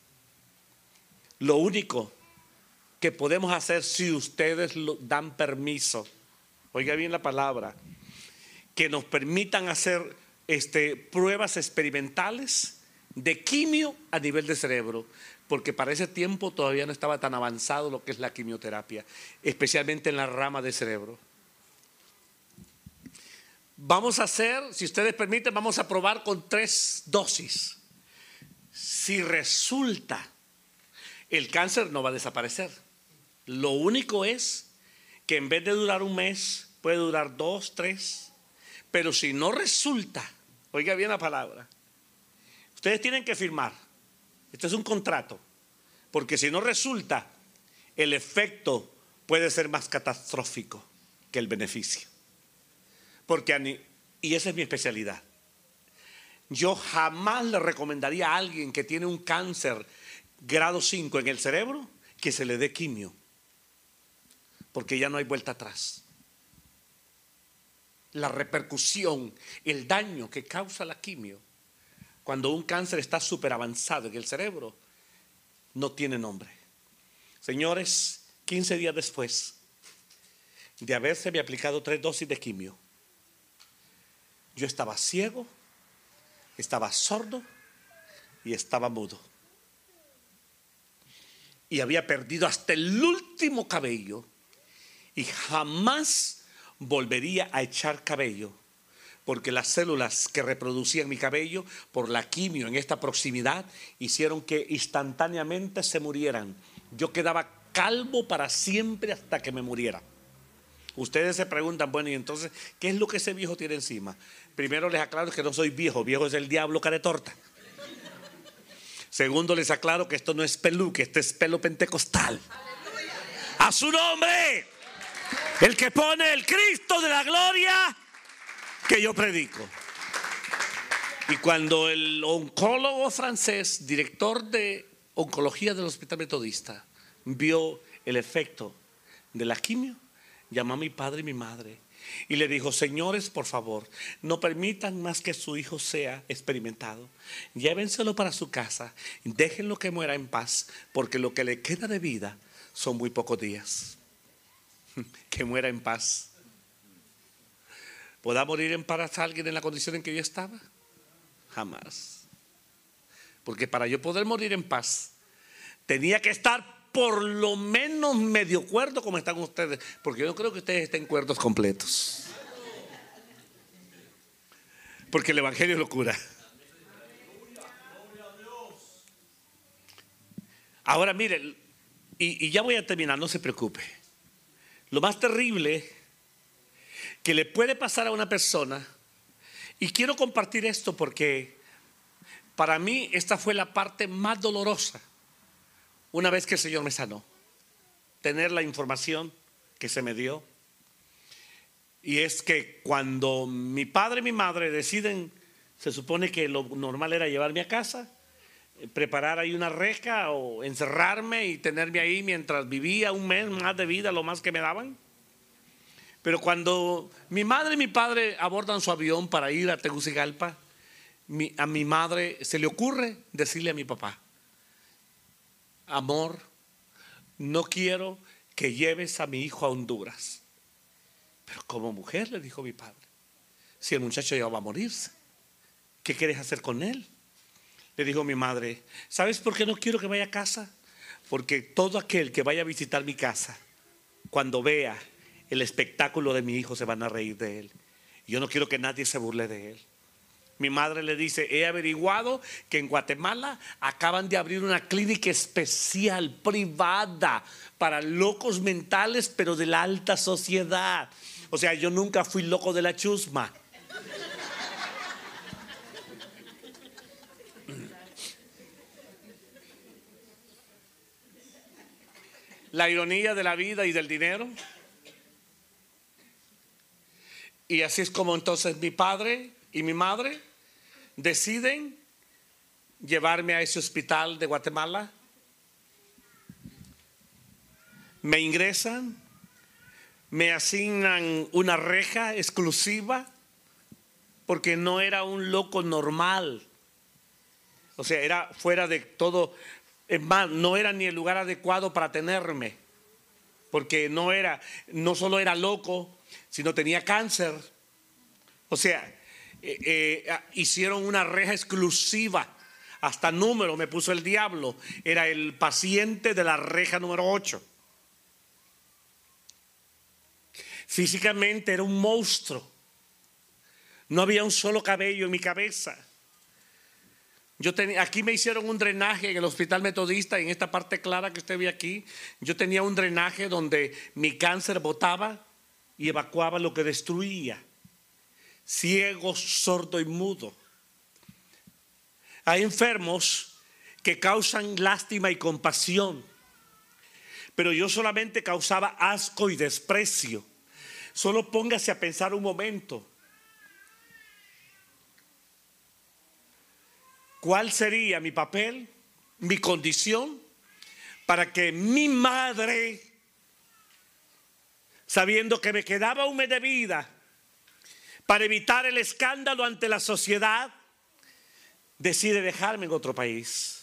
Lo único que podemos hacer, si ustedes dan permiso, oiga bien la palabra, que nos permitan hacer pruebas experimentales de quimio a nivel de cerebro. Porque para ese tiempo todavía no estaba tan avanzado lo que es la quimioterapia, especialmente en la rama del cerebro. Vamos a hacer, si ustedes permiten, vamos a probar con 3 dosis. Si resulta, el cáncer no va a desaparecer. Lo único es que en vez de durar un mes, puede durar 2, 3. Pero si no resulta, oiga bien la palabra, ustedes tienen que firmar. Esto es un contrato, porque si no resulta, el efecto puede ser más catastrófico que el beneficio. Y esa es mi especialidad. Yo jamás le recomendaría a alguien que tiene un cáncer grado 5 en el cerebro que se le dé quimio, porque ya no hay vuelta atrás. La repercusión, el daño que causa la quimio cuando un cáncer está súper avanzado en el cerebro, no tiene nombre. Señores, 15 días después de habérseme aplicado 3 dosis de quimio, yo estaba ciego, estaba sordo y estaba mudo. Y había perdido hasta el último cabello y jamás volvería a echar cabello, porque las células que reproducían mi cabello por la quimio en esta proximidad hicieron que instantáneamente se murieran. Yo quedaba calvo para siempre hasta que me muriera. Ustedes se preguntan, bueno, y entonces, ¿qué es lo que ese viejo tiene encima? Primero les aclaro que no soy viejo, viejo es el diablo caretorta. Segundo, les aclaro que esto no es peluque, este es pelo pentecostal. ¡A su nombre! El que pone el Cristo de la gloria que yo predico. Y cuando el oncólogo francés, director de oncología del Hospital Metodista, vio el efecto de la quimio, llamó a mi padre y mi madre y le dijo: señores, por favor, no permitan más que su hijo sea experimentado. Llévenselo para su casa y déjenlo que muera en paz, porque lo que le queda de vida son muy pocos días. Que muera en paz. ¿Podrá morir en paz alguien en la condición en que yo estaba? Jamás. Porque para yo poder morir en paz tenía que estar por lo menos medio cuerdo como están ustedes, porque yo no creo que ustedes estén cuerdos completos, porque el evangelio es locura. Ahora miren, y ya voy a terminar, no se preocupe. Lo más terrible que le puede pasar a una persona, y quiero compartir esto porque para mí esta fue la parte más dolorosa una vez que el Señor me sanó, tener la información que se me dio. Y es que cuando mi padre y mi madre deciden, se supone que lo normal era llevarme a casa, preparar ahí una reja o encerrarme y tenerme ahí mientras vivía un mes más de vida, lo más que me daban. Pero cuando mi madre y mi padre abordan su avión para ir a Tegucigalpa, a mi madre se le ocurre decirle a mi papá: amor, no quiero que lleves a mi hijo a Honduras. Pero como mujer, le dijo mi padre, si el muchacho ya va a morirse, ¿qué quieres hacer con él? Le dijo mi madre: ¿sabes por qué no quiero que vaya a casa? Porque todo aquel que vaya a visitar mi casa, cuando vea el espectáculo de mi hijo, se van a reír de él. Yo no quiero que nadie se burle de él. Mi madre le dice: he averiguado que en Guatemala acaban de abrir una clínica especial, privada, para locos mentales, pero de la alta sociedad. O sea, yo nunca fui loco de la chusma. La ironía de la vida y del dinero. Y así es como entonces mi padre y mi madre deciden llevarme a ese hospital de Guatemala. Me ingresan, me asignan una reja exclusiva, porque no era un loco normal. O sea, era fuera de todo. Es más, no era ni el lugar adecuado para tenerme, porque no solo era loco, sino tenía cáncer. O sea, hicieron una reja exclusiva, hasta número me puso el diablo. Era el paciente de la reja número 8. Físicamente era un monstruo. No había un solo cabello en mi cabeza. Aquí me hicieron un drenaje en el hospital metodista, en esta parte clara que usted ve aquí. Yo tenía un drenaje donde mi cáncer botaba y evacuaba lo que destruía. Ciego, sordo y mudo. Hay enfermos que causan lástima y compasión, pero yo solamente causaba asco y desprecio. Solo póngase a pensar un momento. ¿Cuál sería mi papel, mi condición, para que mi madre, sabiendo que me quedaba un mes de vida, para evitar el escándalo ante la sociedad, decide dejarme en otro país?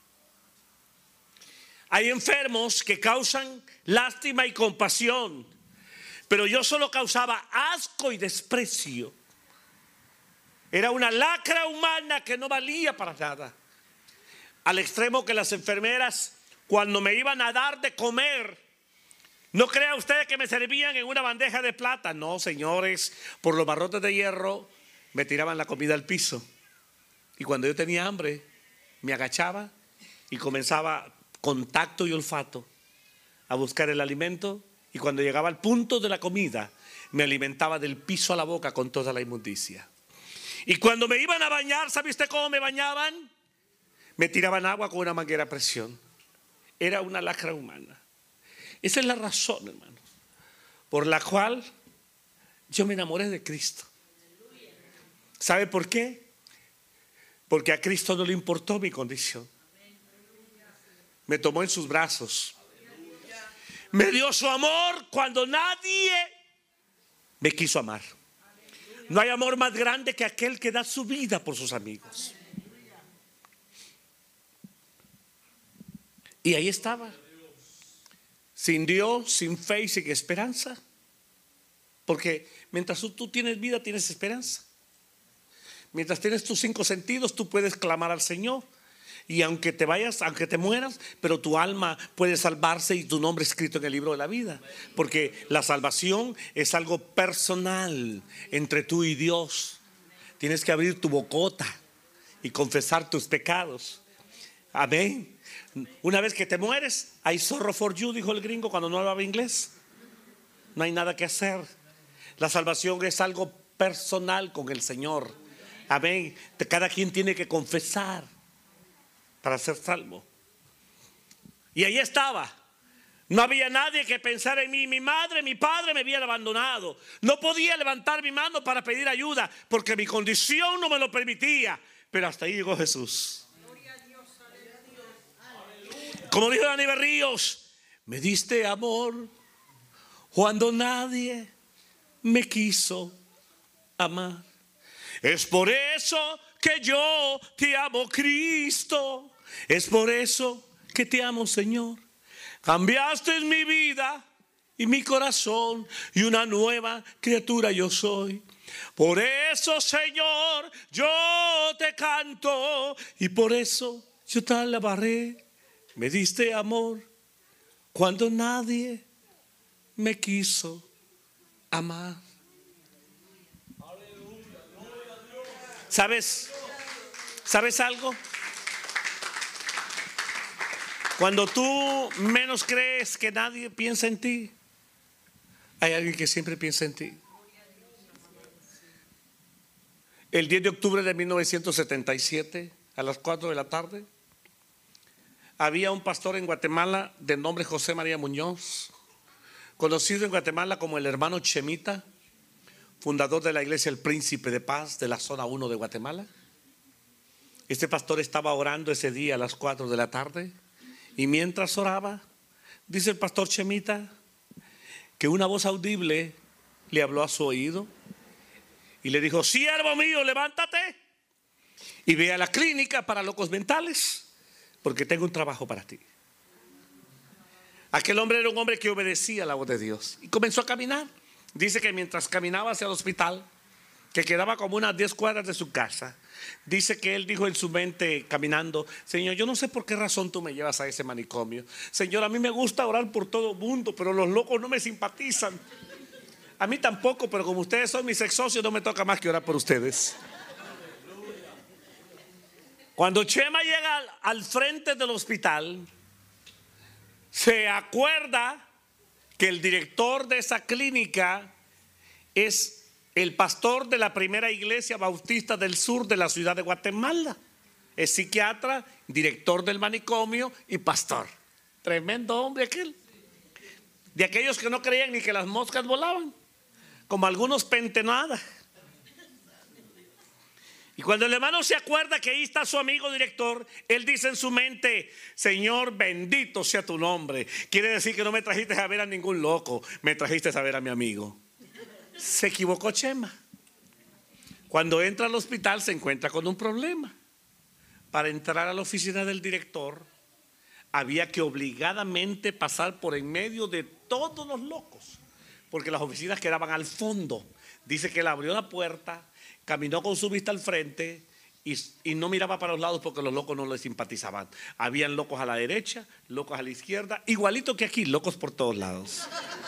Hay enfermos que causan lástima y compasión, pero yo solo causaba asco y desprecio. Era una lacra humana que no valía para nada. Al extremo que las enfermeras, cuando me iban a dar de comer, no crea usted que me servían en una bandeja de plata. No, señores, por los barrotes de hierro me tiraban la comida al piso. Y cuando yo tenía hambre, me agachaba y comenzaba con tacto y olfato a buscar el alimento. Y cuando llegaba al punto de la comida, me alimentaba del piso a la boca con toda la inmundicia. Y cuando me iban a bañar, ¿sabe usted cómo me bañaban? Me tiraban agua con una manguera a presión. Era una lacra humana. Esa es la razón, hermanos, por la cual yo me enamoré de Cristo. ¿Sabe por qué? Porque a Cristo no le importó mi condición. Me tomó en sus brazos. Me dio su amor cuando nadie me quiso amar. No hay amor más grande que aquel que da su vida por sus amigos. Y ahí estaba, sin Dios, sin fe y sin esperanza. Porque mientras tú tienes vida, tienes esperanza. Mientras tienes tus 5 sentidos, tú puedes clamar al Señor. Y aunque te vayas, aunque te mueras, pero tu alma puede salvarse y tu nombre escrito en el libro de la vida. Porque la salvación es algo personal entre tú y Dios. Tienes que abrir tu bocota y confesar tus pecados. Amén. Una vez que te mueres, hay sorrow for you, dijo el gringo cuando no hablaba inglés. No hay nada que hacer. La salvación es algo personal con el Señor. Amén. Cada quien tiene que confesar para ser salvo. Y ahí estaba. No había nadie que pensara en mí. Mi madre, mi padre me habían abandonado. No podía levantar mi mano para pedir ayuda porque mi condición no me lo permitía. Pero hasta ahí llegó Jesús. Como dijo Dani Berríos, me diste amor cuando nadie me quiso amar. Es por eso que yo te amo, Cristo. Es por eso que te amo, Señor. Cambiaste mi vida y mi corazón, y una nueva criatura yo soy. Por eso, Señor, yo te canto, y por eso yo te alabaré. Me diste amor cuando nadie me quiso amar. ¿Sabes algo? Cuando tú menos crees que nadie piensa en ti, hay alguien que siempre piensa en ti. El 10 de octubre de 1977, a las 4 de la tarde, había un pastor en Guatemala de nombre José María Muñoz, conocido en Guatemala como el hermano Chemita, fundador de la iglesia El Príncipe de Paz de la zona 1 de Guatemala. Este pastor estaba orando ese día a las 4 de la tarde, y mientras oraba, dice el pastor Chemita que una voz audible le habló a su oído y le dijo: siervo mío, levántate y ve a la clínica para locos mentales, porque tengo un trabajo para ti. Aquel hombre era un hombre que obedecía la voz de Dios y comenzó a caminar. Dice que mientras caminaba hacia el hospital, que quedaba como unas 10 cuadras de su casa, dice que él dijo en su mente caminando: Señor, yo no sé por qué razón tú me llevas a ese manicomio. Señor, a mí me gusta orar por todo el mundo, pero los locos no me simpatizan. A mí tampoco, pero como ustedes son mis ex socios, no me toca más que orar por ustedes. Cuando Chema llega al frente del hospital, se acuerda que el director de esa clínica es el pastor de la primera iglesia bautista del sur de la ciudad de Guatemala. Es psiquiatra, director del manicomio y pastor. Tremendo hombre aquel. De aquellos que no creían ni que las moscas volaban, como algunos pentenadas. Y cuando el hermano se acuerda que ahí está su amigo director, él dice en su mente: Señor, bendito sea tu nombre. Quiere decir que no me trajiste a ver a ningún loco, me trajiste a ver a mi amigo. Se equivocó Chema. Cuando entra al hospital se encuentra con un problema. Para entrar a la oficina del director había que obligadamente pasar por en medio de todos los locos, porque las oficinas quedaban al fondo. Dice que él abrió la puerta, caminó con su vista al frente y no miraba para los lados porque los locos no le simpatizaban. Habían locos a la derecha, locos a la izquierda, igualito que aquí, locos por todos lados.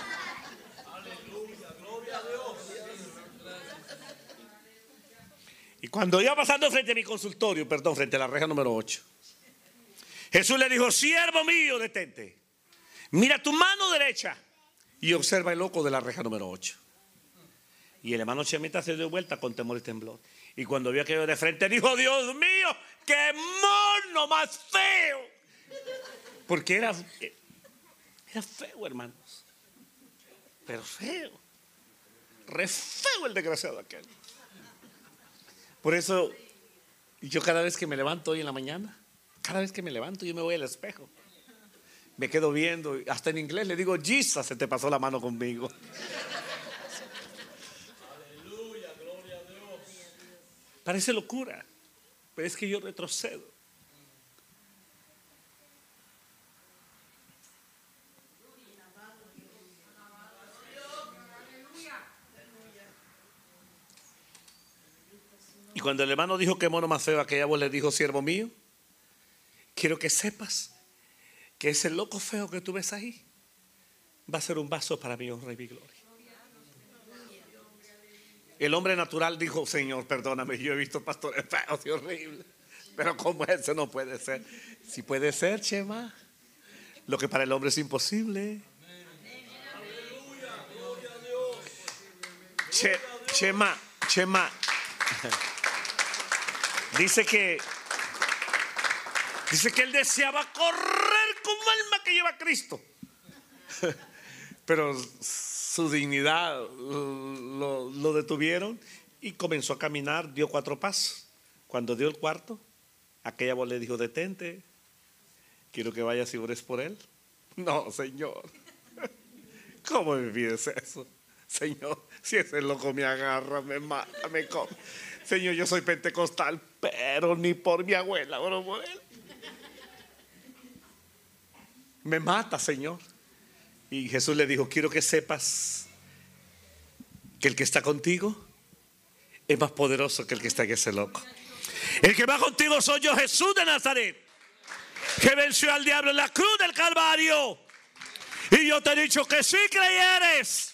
Y cuando iba pasando frente a mi consultorio, frente a la reja número 8, Jesús le dijo: siervo mío, detente, mira tu mano derecha y observa el loco de la reja número 8. Y el hermano Chemita se dio vuelta con temor y temblor. Y cuando vio aquello de frente, dijo: Dios mío, qué mono más feo. Porque era feo, hermanos. Pero feo. Re feo el desgraciado aquel. Por eso yo cada vez que me levanto hoy en la mañana, cada vez que me levanto yo me voy al espejo Me quedo viendo, hasta en inglés le digo, Jesus, se te pasó la mano conmigo. Aleluya, gloria a Dios. Parece locura, pero es que yo retrocedo. Y cuando el hermano dijo que mono más feo, aquella voz le dijo, siervo mío, quiero que sepas que ese loco feo que tú ves ahí va a ser un vaso para mi honra y mi gloria. El hombre natural dijo, Señor, perdóname, yo he visto pastores feos y horribles, pero como ese no puede ser. Si puede ser, Chema, lo que para el hombre es imposible. Chema. Dice que él deseaba correr como alma que lleva a Cristo. Pero su dignidad lo detuvieron y comenzó a caminar, dio 4 pasos. Cuando dio el cuarto, aquella voz le dijo, detente, quiero que vayas y ores por él. No, Señor, ¿cómo me pides eso? Señor, si ese loco me agarra, me mata, me come. Señor, yo soy pentecostal, pero ni por mi abuela oro por él. Me mata, Señor. Y Jesús le dijo, quiero que sepas que el que está contigo es más poderoso que el que está en ese loco. El que va contigo soy yo, Jesús de Nazaret, que venció al diablo en la cruz del Calvario. Y yo te he dicho que si creyeres.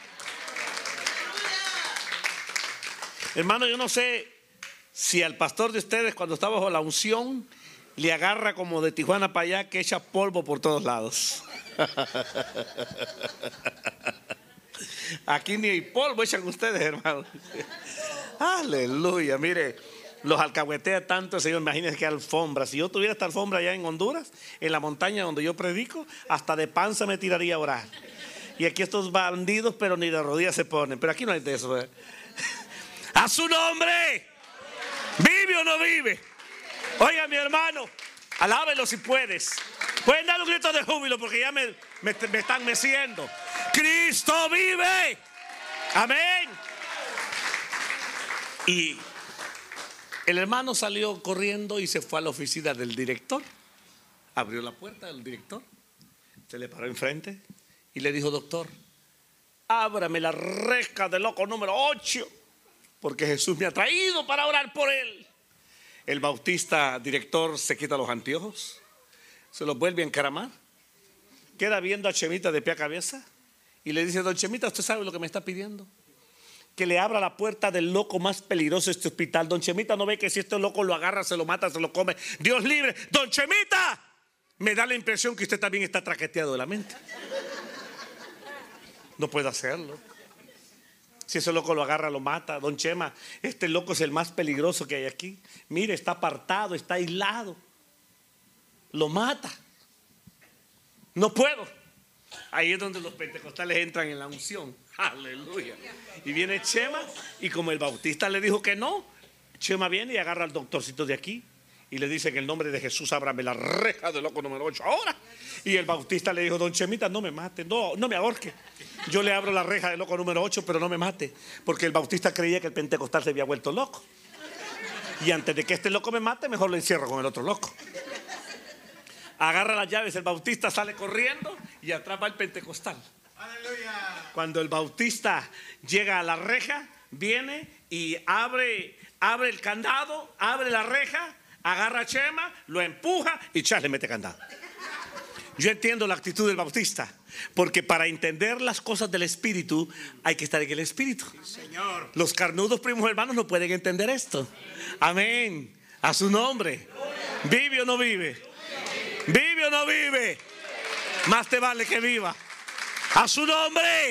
Hermano, yo no sé si al pastor de ustedes cuando está bajo la unción le agarra como de Tijuana para allá, que echa polvo por todos lados. Aquí ni polvo echan ustedes, hermano. Aleluya, mire, los alcahuetea tanto, Señor. Imagínense qué alfombra. Si yo tuviera esta alfombra allá en Honduras, en la montaña donde yo predico, hasta de panza me tiraría a orar. Y aquí estos bandidos, pero ni de rodillas se ponen. Pero aquí no hay de eso, ¿eh? A su nombre, ¿vive o no vive? Oiga, mi hermano, alábelo si puedes. Pueden dar un grito de júbilo porque ya me están meciendo. Cristo vive. Amén. Y el hermano salió corriendo y se fue a la oficina del director. Abrió la puerta del director, se le paró enfrente y le dijo, doctor, ábrame la reja del loco número 8, porque Jesús me ha traído para orar por él. El bautista director se quita los anteojos, se los vuelve a encaramar, queda viendo a Chemita de pie a cabeza y le dice, don Chemita, ¿usted sabe lo que me está pidiendo? Que le abra la puerta del loco más peligroso de este hospital. Don Chemita no ve que si este loco lo agarra, se lo mata, se lo come. Dios libre. Don Chemita, me da la impresión que usted también está traqueteado de la mente. No puede hacerlo. Si ese loco lo agarra, lo mata. Don Chema, este loco es el más peligroso que hay aquí. Mire, está apartado, está aislado. Lo mata. No puedo. Ahí es donde los pentecostales entran en la unción. Aleluya. Y viene Chema, y como el bautista le dijo que no, Chema viene y agarra al doctorcito de aquí y le dice, en el nombre de Jesús, ábrame la reja del loco número 8 ahora. Y el bautista le dijo, don Chemita, no me mate, no me ahorque. Yo le abro la reja del loco número 8, pero no me mate, porque el bautista creía que el pentecostal se había vuelto loco. Y antes de que este loco me mate, mejor lo encierro con el otro loco. Agarra las llaves, el bautista sale corriendo y atrás va el pentecostal. ¡Aleluya! Cuando el bautista llega a la reja, viene y abre el candado, abre la reja, agarra a Chema, lo empuja y Chas le mete candado. Yo entiendo la actitud del bautista, porque para entender las cosas del espíritu hay que estar en el espíritu. Sí, Señor. Los carnudos primos hermanos no pueden entender esto. Amén. A su nombre. ¿Vive o no vive? ¿Vive o no vive? Más te vale que viva. A su nombre.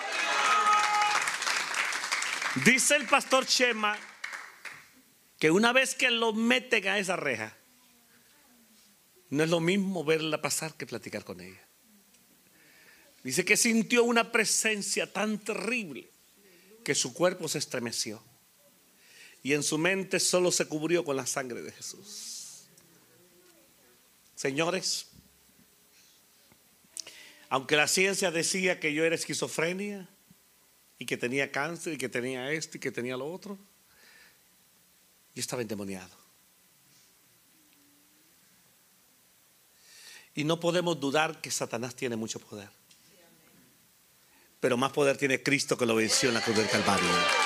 Dice el pastor Chema que una vez que lo meten a esa reja, no es lo mismo verla pasar que platicar con ella. Dice que sintió una presencia tan terrible que su cuerpo se estremeció y en su mente solo se cubrió con la sangre de Jesús. Señores, Aunque la ciencia decía que yo era esquizofrenia y que tenía cáncer y que tenía esto y que tenía lo otro, yo estaba endemoniado. Y no podemos dudar que Satanás tiene mucho poder. Pero más poder tiene Cristo, que lo venció en la cruz del Calvario.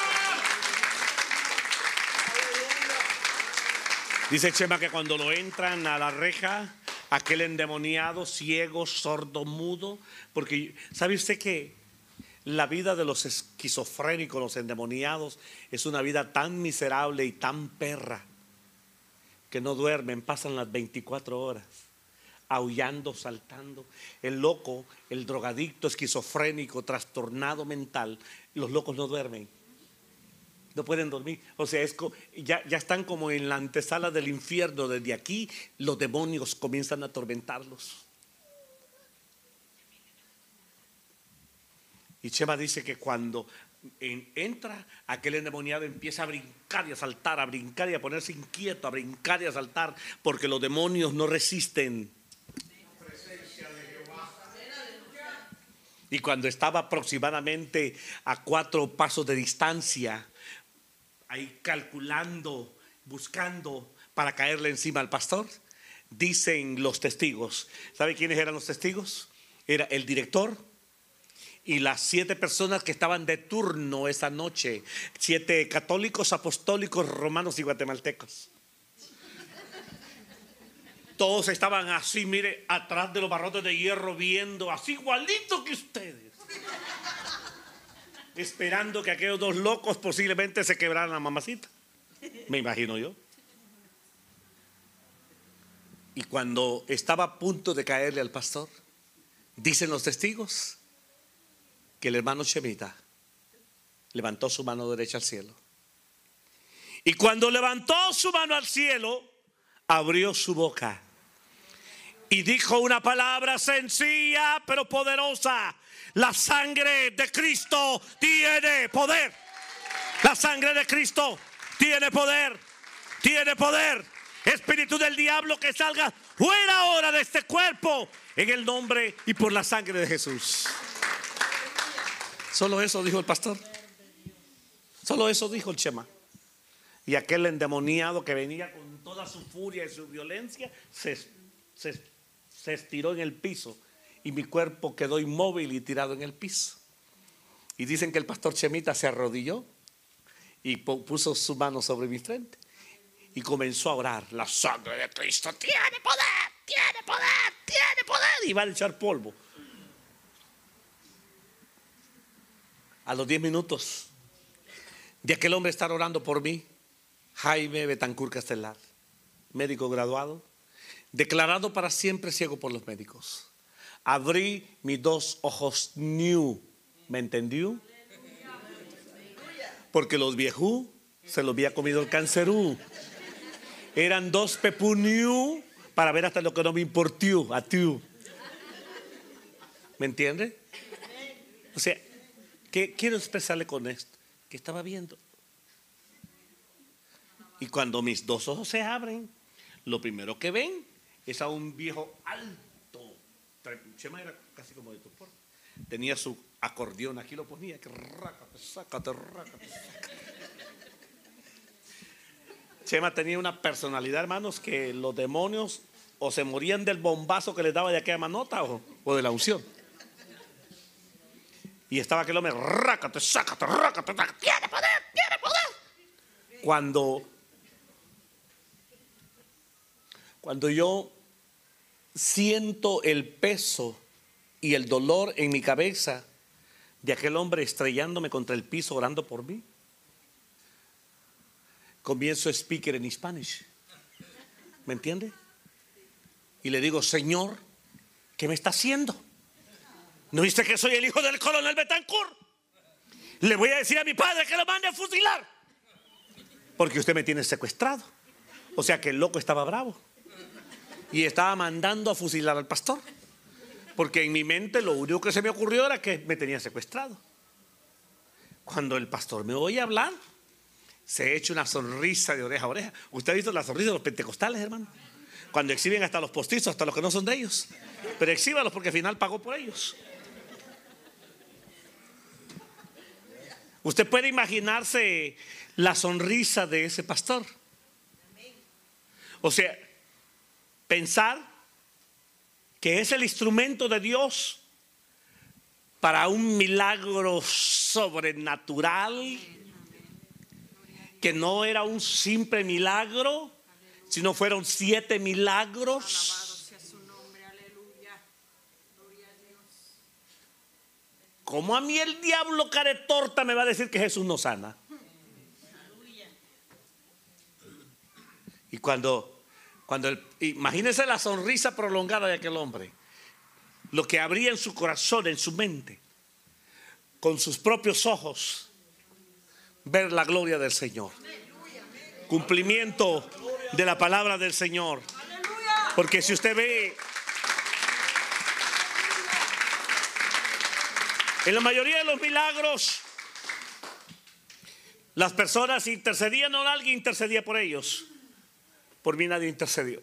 Dice Chema que cuando lo entran a la reja, aquel endemoniado, ciego, sordo, mudo, porque ¿sabe usted que la vida de los esquizofrénicos, los endemoniados, es una vida tan miserable y tan perra que no duermen, pasan las 24 horas aullando, saltando? El loco, el drogadicto, esquizofrénico, trastornado mental, los locos no duermen, no pueden dormir. O sea, ya están como en la antesala del infierno. Desde aquí los demonios comienzan a atormentarlos. Y Chema dice que cuando entra, aquel endemoniado empieza a brincar y a saltar, a brincar y a ponerse inquieto, a brincar y a saltar, porque los demonios no resisten. Y cuando estaba aproximadamente a 4 pasos de distancia, ahí calculando, buscando para caerle encima al pastor, dicen los testigos. ¿Sabe quiénes eran los testigos? Era el director y las 7 personas que estaban de turno esa noche, 7 católicos, apostólicos, romanos y guatemaltecos. Todos estaban así, mire, atrás de los barrotes de hierro, viendo así igualito que ustedes, esperando que aquellos 2 locos posiblemente se quebraran la mamacita, me imagino yo. Y cuando estaba a punto de caerle al pastor, dicen los testigos que el hermano Chemita levantó su mano derecha al cielo. Y cuando levantó su mano al cielo, abrió su boca y dijo una palabra sencilla pero poderosa: la sangre de Cristo tiene poder. La sangre de Cristo tiene poder. Tiene poder. Espíritu del diablo, que salga fuera ahora de este cuerpo, en el nombre y por la sangre de Jesús. Solo eso dijo el pastor. Solo eso dijo el Chema. Y aquel endemoniado que venía con toda su furia y su violencia se estiró en el piso, y mi cuerpo quedó inmóvil y tirado en el piso. Y dicen que el pastor Chemita se arrodilló y puso su mano sobre mi frente y comenzó a orar: la sangre de Cristo tiene poder, tiene poder, tiene poder. Y va a echar polvo. A los 10 minutos de aquel hombre estar orando por mí, Jaime Betancur Castelar, médico graduado, declarado para siempre ciego por los médicos, abrí mis 2 ojos new. ¿Me entendió? Porque los viejos se los había comido el cancerú. Eran 2 pepú new para ver hasta lo que no me importó a ti. ¿Me entiende? O sea, ¿qué quiero expresarle con esto? Que estaba viendo. Y cuando mis 2 ojos se abren, lo primero que ven es a un viejo alto. Chema era casi como de tu porte. Tenía su acordeón, aquí lo ponía, que rácate, sácate, rácate, sácate. Chema tenía una personalidad, hermanos, que los demonios o se morían del bombazo que les daba de aquella manota o de la unción. Y estaba aquel hombre: rácate, sácate, rácate, sácate. Tiene poder, tiene poder. Cuando yo siento el peso y el dolor en mi cabeza de aquel hombre estrellándome contra el piso orando por mí, comienzo a speaker en Spanish. ¿Me entiende? Y le digo: Señor, ¿qué me está haciendo? ¿No viste que soy el hijo del coronel Betancur? Le voy a decir a mi padre que lo mande a fusilar, porque usted me tiene secuestrado. O sea que el loco estaba bravo y estaba mandando a fusilar al pastor, porque en mi mente lo único que se me ocurrió era que me tenía secuestrado. Cuando el pastor me oye hablar, se echa una sonrisa de oreja a oreja. ¿Usted ha visto la sonrisa de los pentecostales, hermano? Cuando exhiben hasta los postizos, hasta los que no son de ellos. Pero exhíbalos porque al final pagó por ellos. Usted puede imaginarse la sonrisa de ese pastor. O sea, pensar que es el instrumento de Dios para un milagro sobrenatural, que no era un simple milagro, sino fueron 7 milagros. ¿Cómo a mí el diablo caretorta me va a decir que Jesús no sana? Y imagínense la sonrisa prolongada de aquel hombre, lo que abría en su corazón, en su mente, con sus propios ojos, ver la gloria del Señor, cumplimiento de la palabra del Señor. Porque si usted ve, en la mayoría de los milagros, las personas intercedían o alguien intercedía por ellos. Por mí nadie intercedió.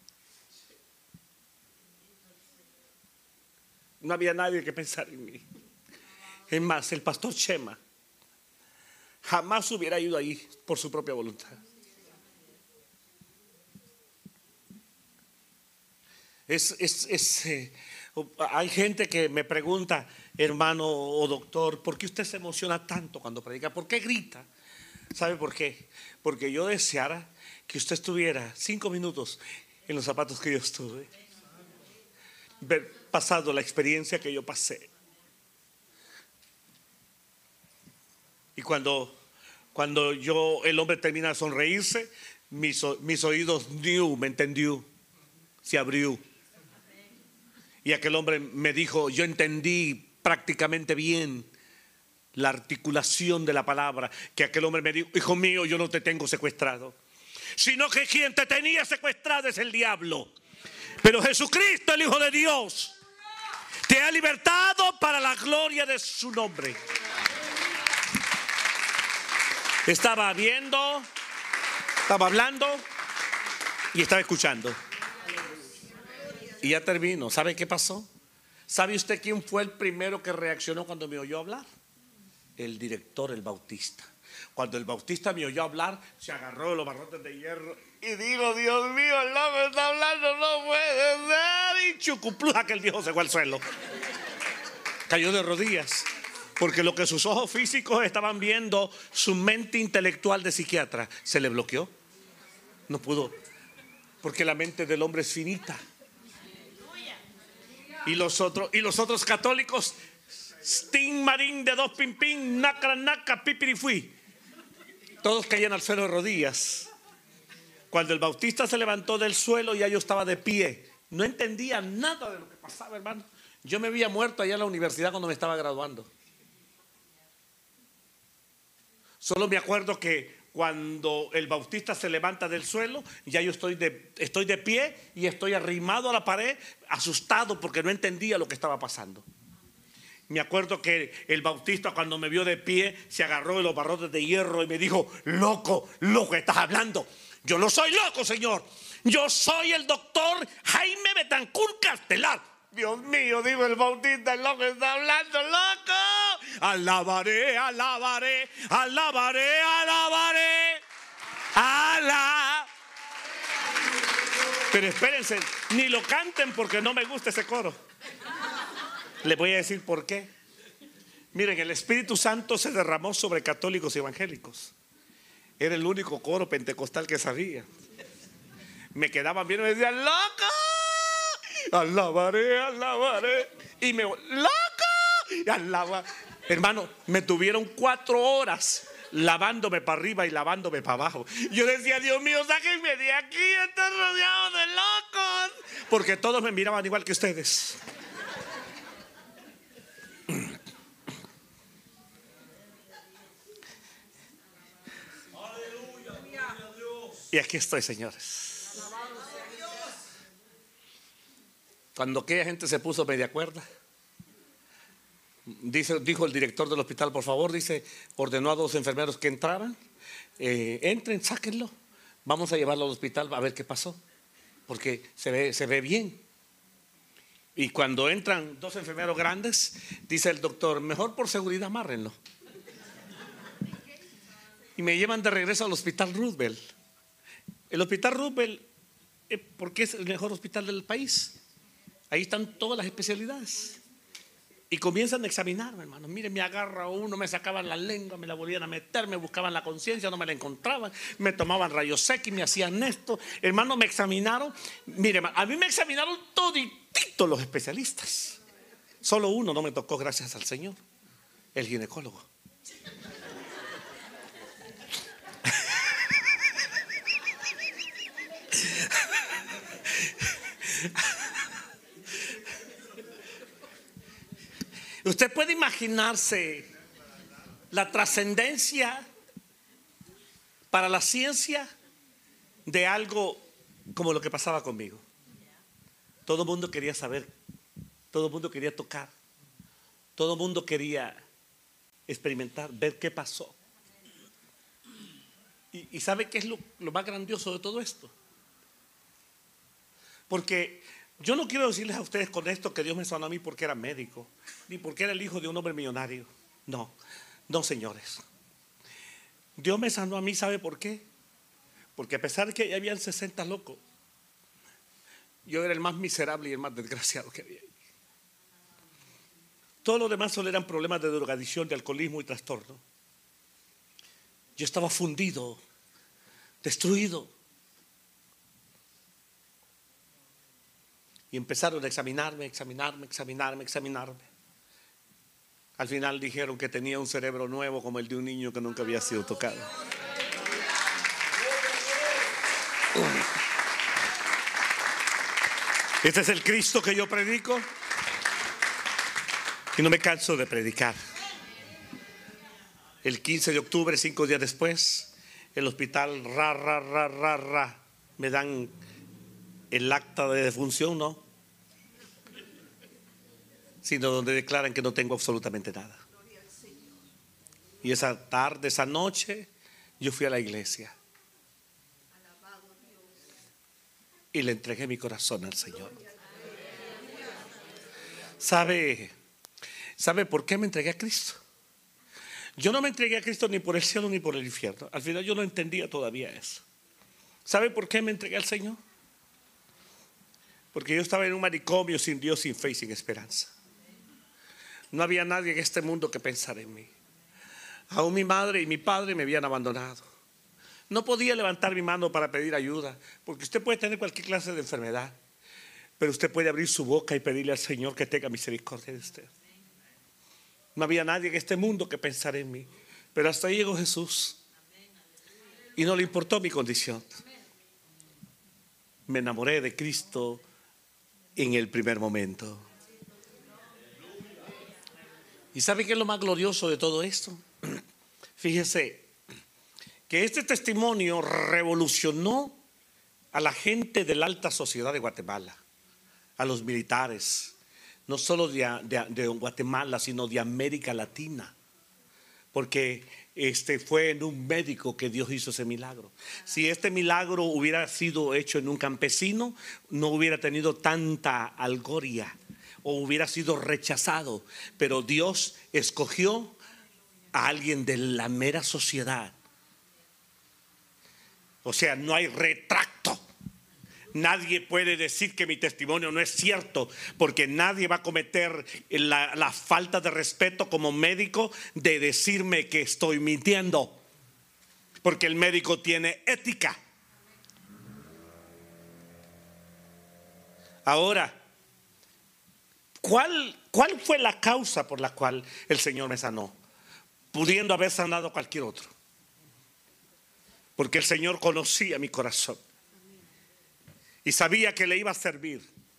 No había nadie que pensara en mí. Es más, el pastor Chema jamás hubiera ido ahí por su propia voluntad. Hay gente que me pregunta, hermano o doctor, ¿por qué usted se emociona tanto cuando predica? ¿Por qué grita? ¿Sabe por qué? Porque yo deseara que usted estuviera 5 minutos en los zapatos que yo estuve, ver pasado la experiencia que yo pasé. Y cuando el hombre termina de sonreírse, mis oídos me entendió, se abrió. Y aquel hombre me dijo, yo entendí prácticamente bien la articulación de la palabra, que aquel hombre me dijo, hijo mío, yo no te tengo secuestrado, sino que quien te tenía secuestrado es el diablo. Pero Jesucristo, el Hijo de Dios, te ha libertado para la gloria de su nombre. Estaba viendo, estaba hablando y estaba escuchando. Y ya termino. ¿Sabe qué pasó? ¿Sabe usted quién fue el primero que reaccionó cuando me oyó hablar? El director, el Bautista. Cuando el Bautista me oyó hablar, se agarró de los barrotes de hierro y dijo, Dios mío, el loco está hablando, no puede ser. Y chucupluja, que el viejo se fue al suelo. Cayó de rodillas. Porque lo que sus ojos físicos estaban viendo, su mente intelectual de psiquiatra se le bloqueó. No pudo. Porque la mente del hombre es finita. Y los otros católicos, Sting Marín de 2 pin pin, naca naca, pipirifui. Todos caían al suelo de rodillas. Cuando el Bautista se levantó del suelo, ya yo estaba de pie. No entendía nada de lo que pasaba, hermano. Yo me había muerto allá en la universidad cuando me estaba graduando. Solo me acuerdo que cuando el Bautista se levanta del suelo, ya yo estoy de pie y estoy arrimado a la pared, asustado porque no entendía lo que estaba pasando. Me acuerdo que el Bautista, cuando me vio de pie, se agarró de los barrotes de hierro y me dijo, loco, estás hablando. Yo no soy loco, Señor. Yo soy el doctor Jaime Betancourt Castelar. Dios mío, dijo el Bautista, el loco está hablando, loco. Alabaré, alabaré, alabaré, alabaré. Pero espérense, ni lo canten porque no me gusta ese coro. Les voy a decir por qué. Miren, el Espíritu Santo se derramó sobre católicos y evangélicos. Era el único coro pentecostal que sabía. Me quedaban viendo y me decían, loco, alabaré, alabaré. Y me, loco, alaba. Hermano, me tuvieron 4 horas lavándome para arriba y lavándome para abajo. Yo decía, Dios mío, sáquenme de aquí, estoy rodeado de locos. Porque todos me miraban igual que ustedes. Y aquí estoy, señores. Cuando aquella gente se puso media cuerda, dijo el director del hospital, por favor, ordenó a 2 enfermeros que entraran, entren, sáquenlo, vamos a llevarlo al hospital a ver qué pasó. porque se ve bien. Y cuando entran 2 enfermeros grandes, dice el doctor, mejor por seguridad amárrenlo. Y me llevan de regreso al Hospital Roosevelt. El Hospital Roosevelt, porque es el mejor hospital del país. Ahí están todas las especialidades. Y comienzan a examinarme, hermano. Miren, me agarra uno, me sacaban la lengua, me la volvían a meter, me buscaban la conciencia, no me la encontraban, me tomaban rayos X, me hacían esto. Hermano, me examinaron. Miren, a mí me examinaron toditito los especialistas. Solo uno no me tocó, gracias al Señor, el ginecólogo. Usted puede imaginarse la trascendencia para la ciencia de algo como lo que pasaba conmigo. Todo el mundo quería saber, todo el mundo quería tocar, todo el mundo quería experimentar, ver qué pasó. Y ¿sabe qué es lo más grandioso de todo esto? Porque yo no quiero decirles a ustedes con esto que Dios me sanó a mí porque era médico, ni porque era el hijo de un hombre millonario. No, no, señores. Dios me sanó a mí, ¿sabe por qué? Porque a pesar de que ya habían 60 locos, yo era el más miserable y el más desgraciado que había. Todos los demás solo eran problemas de drogadicción, de alcoholismo y trastorno. Yo estaba fundido, destruido. Y empezaron a examinarme. Al final dijeron que tenía un cerebro nuevo como el de un niño que nunca había sido tocado. Este es el Cristo que yo predico. Y no me canso de predicar. El 15 de octubre, 5 días después, el hospital me dan el acta de defunción, no, sino donde declaran que no tengo absolutamente nada. Y esa tarde, esa noche, yo fui a la iglesia y le entregué mi corazón al Señor. ¿Sabe por qué me entregué a Cristo? Yo no me entregué a Cristo ni por el cielo ni por el infierno. Al final yo no entendía todavía eso. ¿Sabe por qué me entregué al Señor? Porque yo estaba en un manicomio sin Dios, sin fe y sin esperanza. No había nadie en este mundo que pensara en mí. Aún mi madre y mi padre me habían abandonado. No podía levantar mi mano para pedir ayuda, porque usted puede tener cualquier clase de enfermedad, pero usted puede abrir su boca y pedirle al Señor que tenga misericordia de usted. No había nadie en este mundo que pensara en mí, pero hasta ahí llegó Jesús y no le importó mi condición. Me enamoré de Cristo en el primer momento. ¿Y sabe qué es lo más glorioso de todo esto? Fíjese que este testimonio revolucionó a la gente de la alta sociedad de Guatemala, a los militares, no solo de Guatemala, sino de América Latina, porque fue en un médico que Dios hizo ese milagro. Si este milagro hubiera sido hecho en un campesino, no hubiera tenido tanta algoria o hubiera sido rechazado, pero Dios escogió a alguien de la mera sociedad. O sea, no hay retracto. Nadie puede decir que mi testimonio no es cierto, porque nadie va a cometer la falta de respeto como médico de decirme que estoy mintiendo, porque el médico tiene ética. Ahora, ¿cuál fue la causa por la cual el Señor me sanó? Pudiendo haber sanado a cualquier otro, porque el Señor conocía mi corazón y sabía que le iba a servir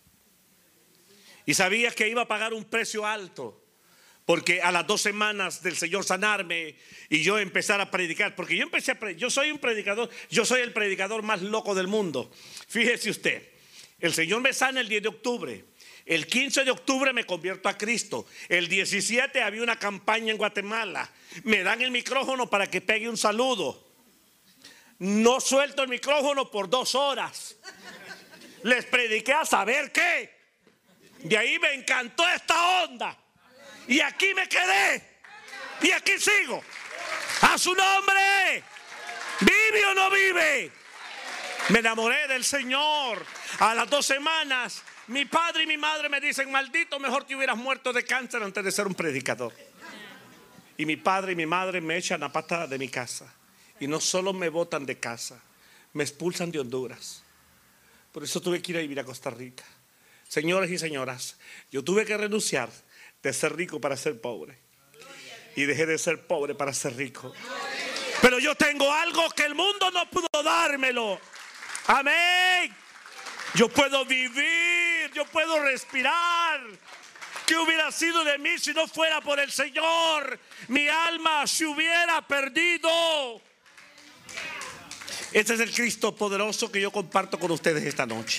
y sabía que iba a pagar un precio alto, porque a las 2 semanas del Señor sanarme y yo empezar a predicar, porque yo soy un predicador, yo soy el predicador más loco del mundo. Fíjese usted, el Señor me sana el 10 de octubre. El 15 de octubre me convierto a Cristo. El 17 había una campaña en Guatemala. Me dan el micrófono para que pegue un saludo. No suelto el micrófono por 2 horas. les prediqué a saber qué. De ahí me encantó esta onda. Y aquí me quedé. Y aquí sigo. A su nombre. ¿Vive o no vive? Me enamoré del Señor. A las 2 semanas, mi padre y mi madre me dicen: maldito, mejor te hubieras muerto de cáncer antes de ser un predicador. Y mi padre y mi madre me echan a pata de mi casa. Y no solo me botan de casa, me expulsan de Honduras. Por eso tuve que ir a vivir a Costa Rica. Señores y señoras, yo tuve que renunciar de ser rico para ser pobre. Y dejé de ser pobre para ser rico. Pero yo tengo algo que el mundo no pudo dármelo. Amén. Yo puedo vivir, yo puedo respirar. ¿Qué hubiera sido de mí si no fuera por el Señor? Mi alma se hubiera perdido. Este es el Cristo poderoso que yo comparto con ustedes esta noche.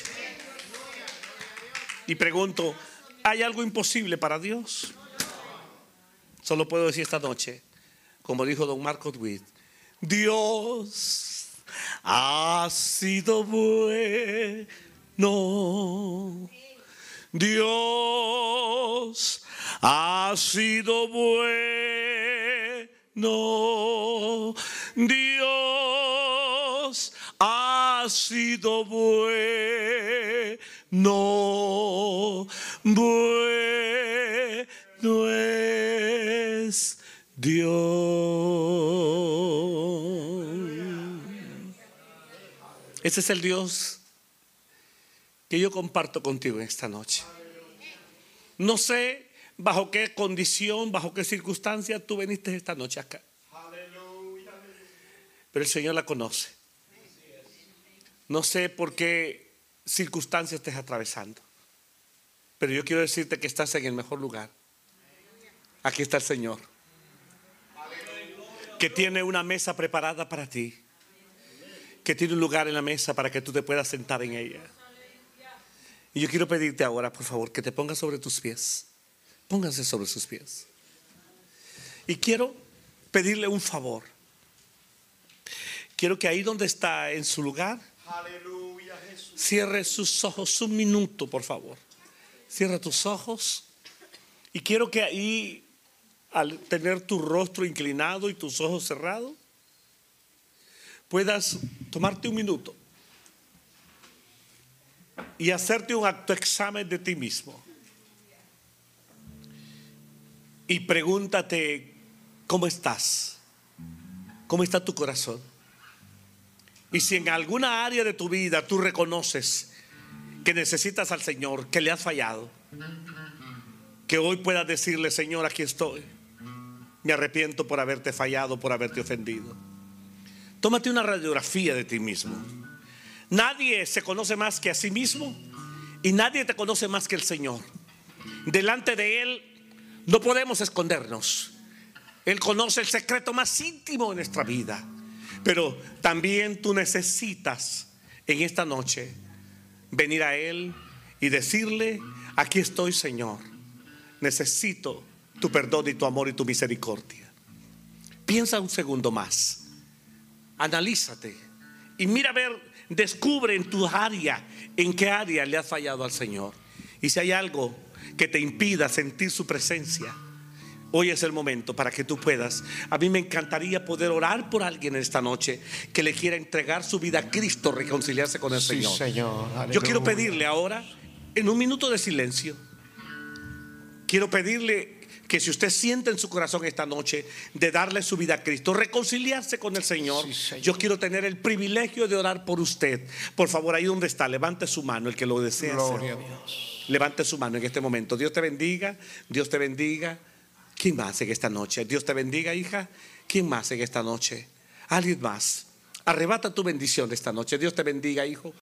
Y pregunto, ¿hay algo imposible para Dios? Solo puedo decir esta noche, como dijo don Marcos Witt: Dios ha sido bueno. Dios ha sido bueno. Dios ha sido bueno. Bueno es Dios. Ese es el Dios que yo comparto contigo en esta noche. No sé bajo qué condición, bajo qué circunstancia tú viniste esta noche acá, pero el Señor la conoce. No sé por qué circunstancias estés atravesando, pero yo quiero decirte que estás en el mejor lugar. Aquí está el Señor, que tiene una mesa preparada para ti, que tiene un lugar en la mesa para que tú te puedas sentar en ella. Y yo quiero pedirte ahora, por favor, que te pongas sobre tus pies. Pónganse sobre sus pies. Y quiero pedirle un favor. Quiero que ahí donde está en su lugar, cierre sus ojos un minuto, por favor. Cierra tus ojos. Y quiero que ahí, al tener tu rostro inclinado y tus ojos cerrados, puedas tomarte un minuto y hacerte un autoexamen de ti mismo. Y pregúntate: ¿cómo estás? ¿Cómo está tu corazón? Y si en alguna área de tu vida tú reconoces que necesitas al Señor, que le has fallado, que hoy puedas decirle: Señor, aquí estoy. Me arrepiento por haberte fallado, por haberte ofendido. Tómate una radiografía de ti mismo. Nadie se conoce más que a sí mismo, y nadie te conoce más que el Señor. Delante de Él no podemos escondernos. Él conoce el secreto más íntimo de nuestra vida. Pero también tú necesitas en esta noche venir a Él y decirle: aquí estoy, Señor. Necesito tu perdón y tu amor y tu misericordia. Piensa un segundo más. Analízate y mira a ver, descubre en tu área, en qué área le has fallado al Señor. Y si hay algo que te impida sentir su presencia, hoy es el momento para que tú puedas. A mí me encantaría poder orar por alguien esta noche que le quiera entregar su vida a Cristo, reconciliarse con el Señor. Señor. Yo quiero pedirle ahora, en un minuto de silencio, quiero pedirle que si usted siente en su corazón esta noche de darle su vida a Cristo, reconciliarse con el Señor, yo quiero tener el privilegio de orar por usted. Por favor, ahí donde está, levante su mano el que lo desea Gloria hacer. a Dios. Levante su mano en este momento. Dios te bendiga. Dios te bendiga. ¿Quién más en esta noche? Dios te bendiga, hija. ¿Quién más en esta noche? Alguien más. Arrebata tu bendición esta noche. Dios te bendiga, hijo.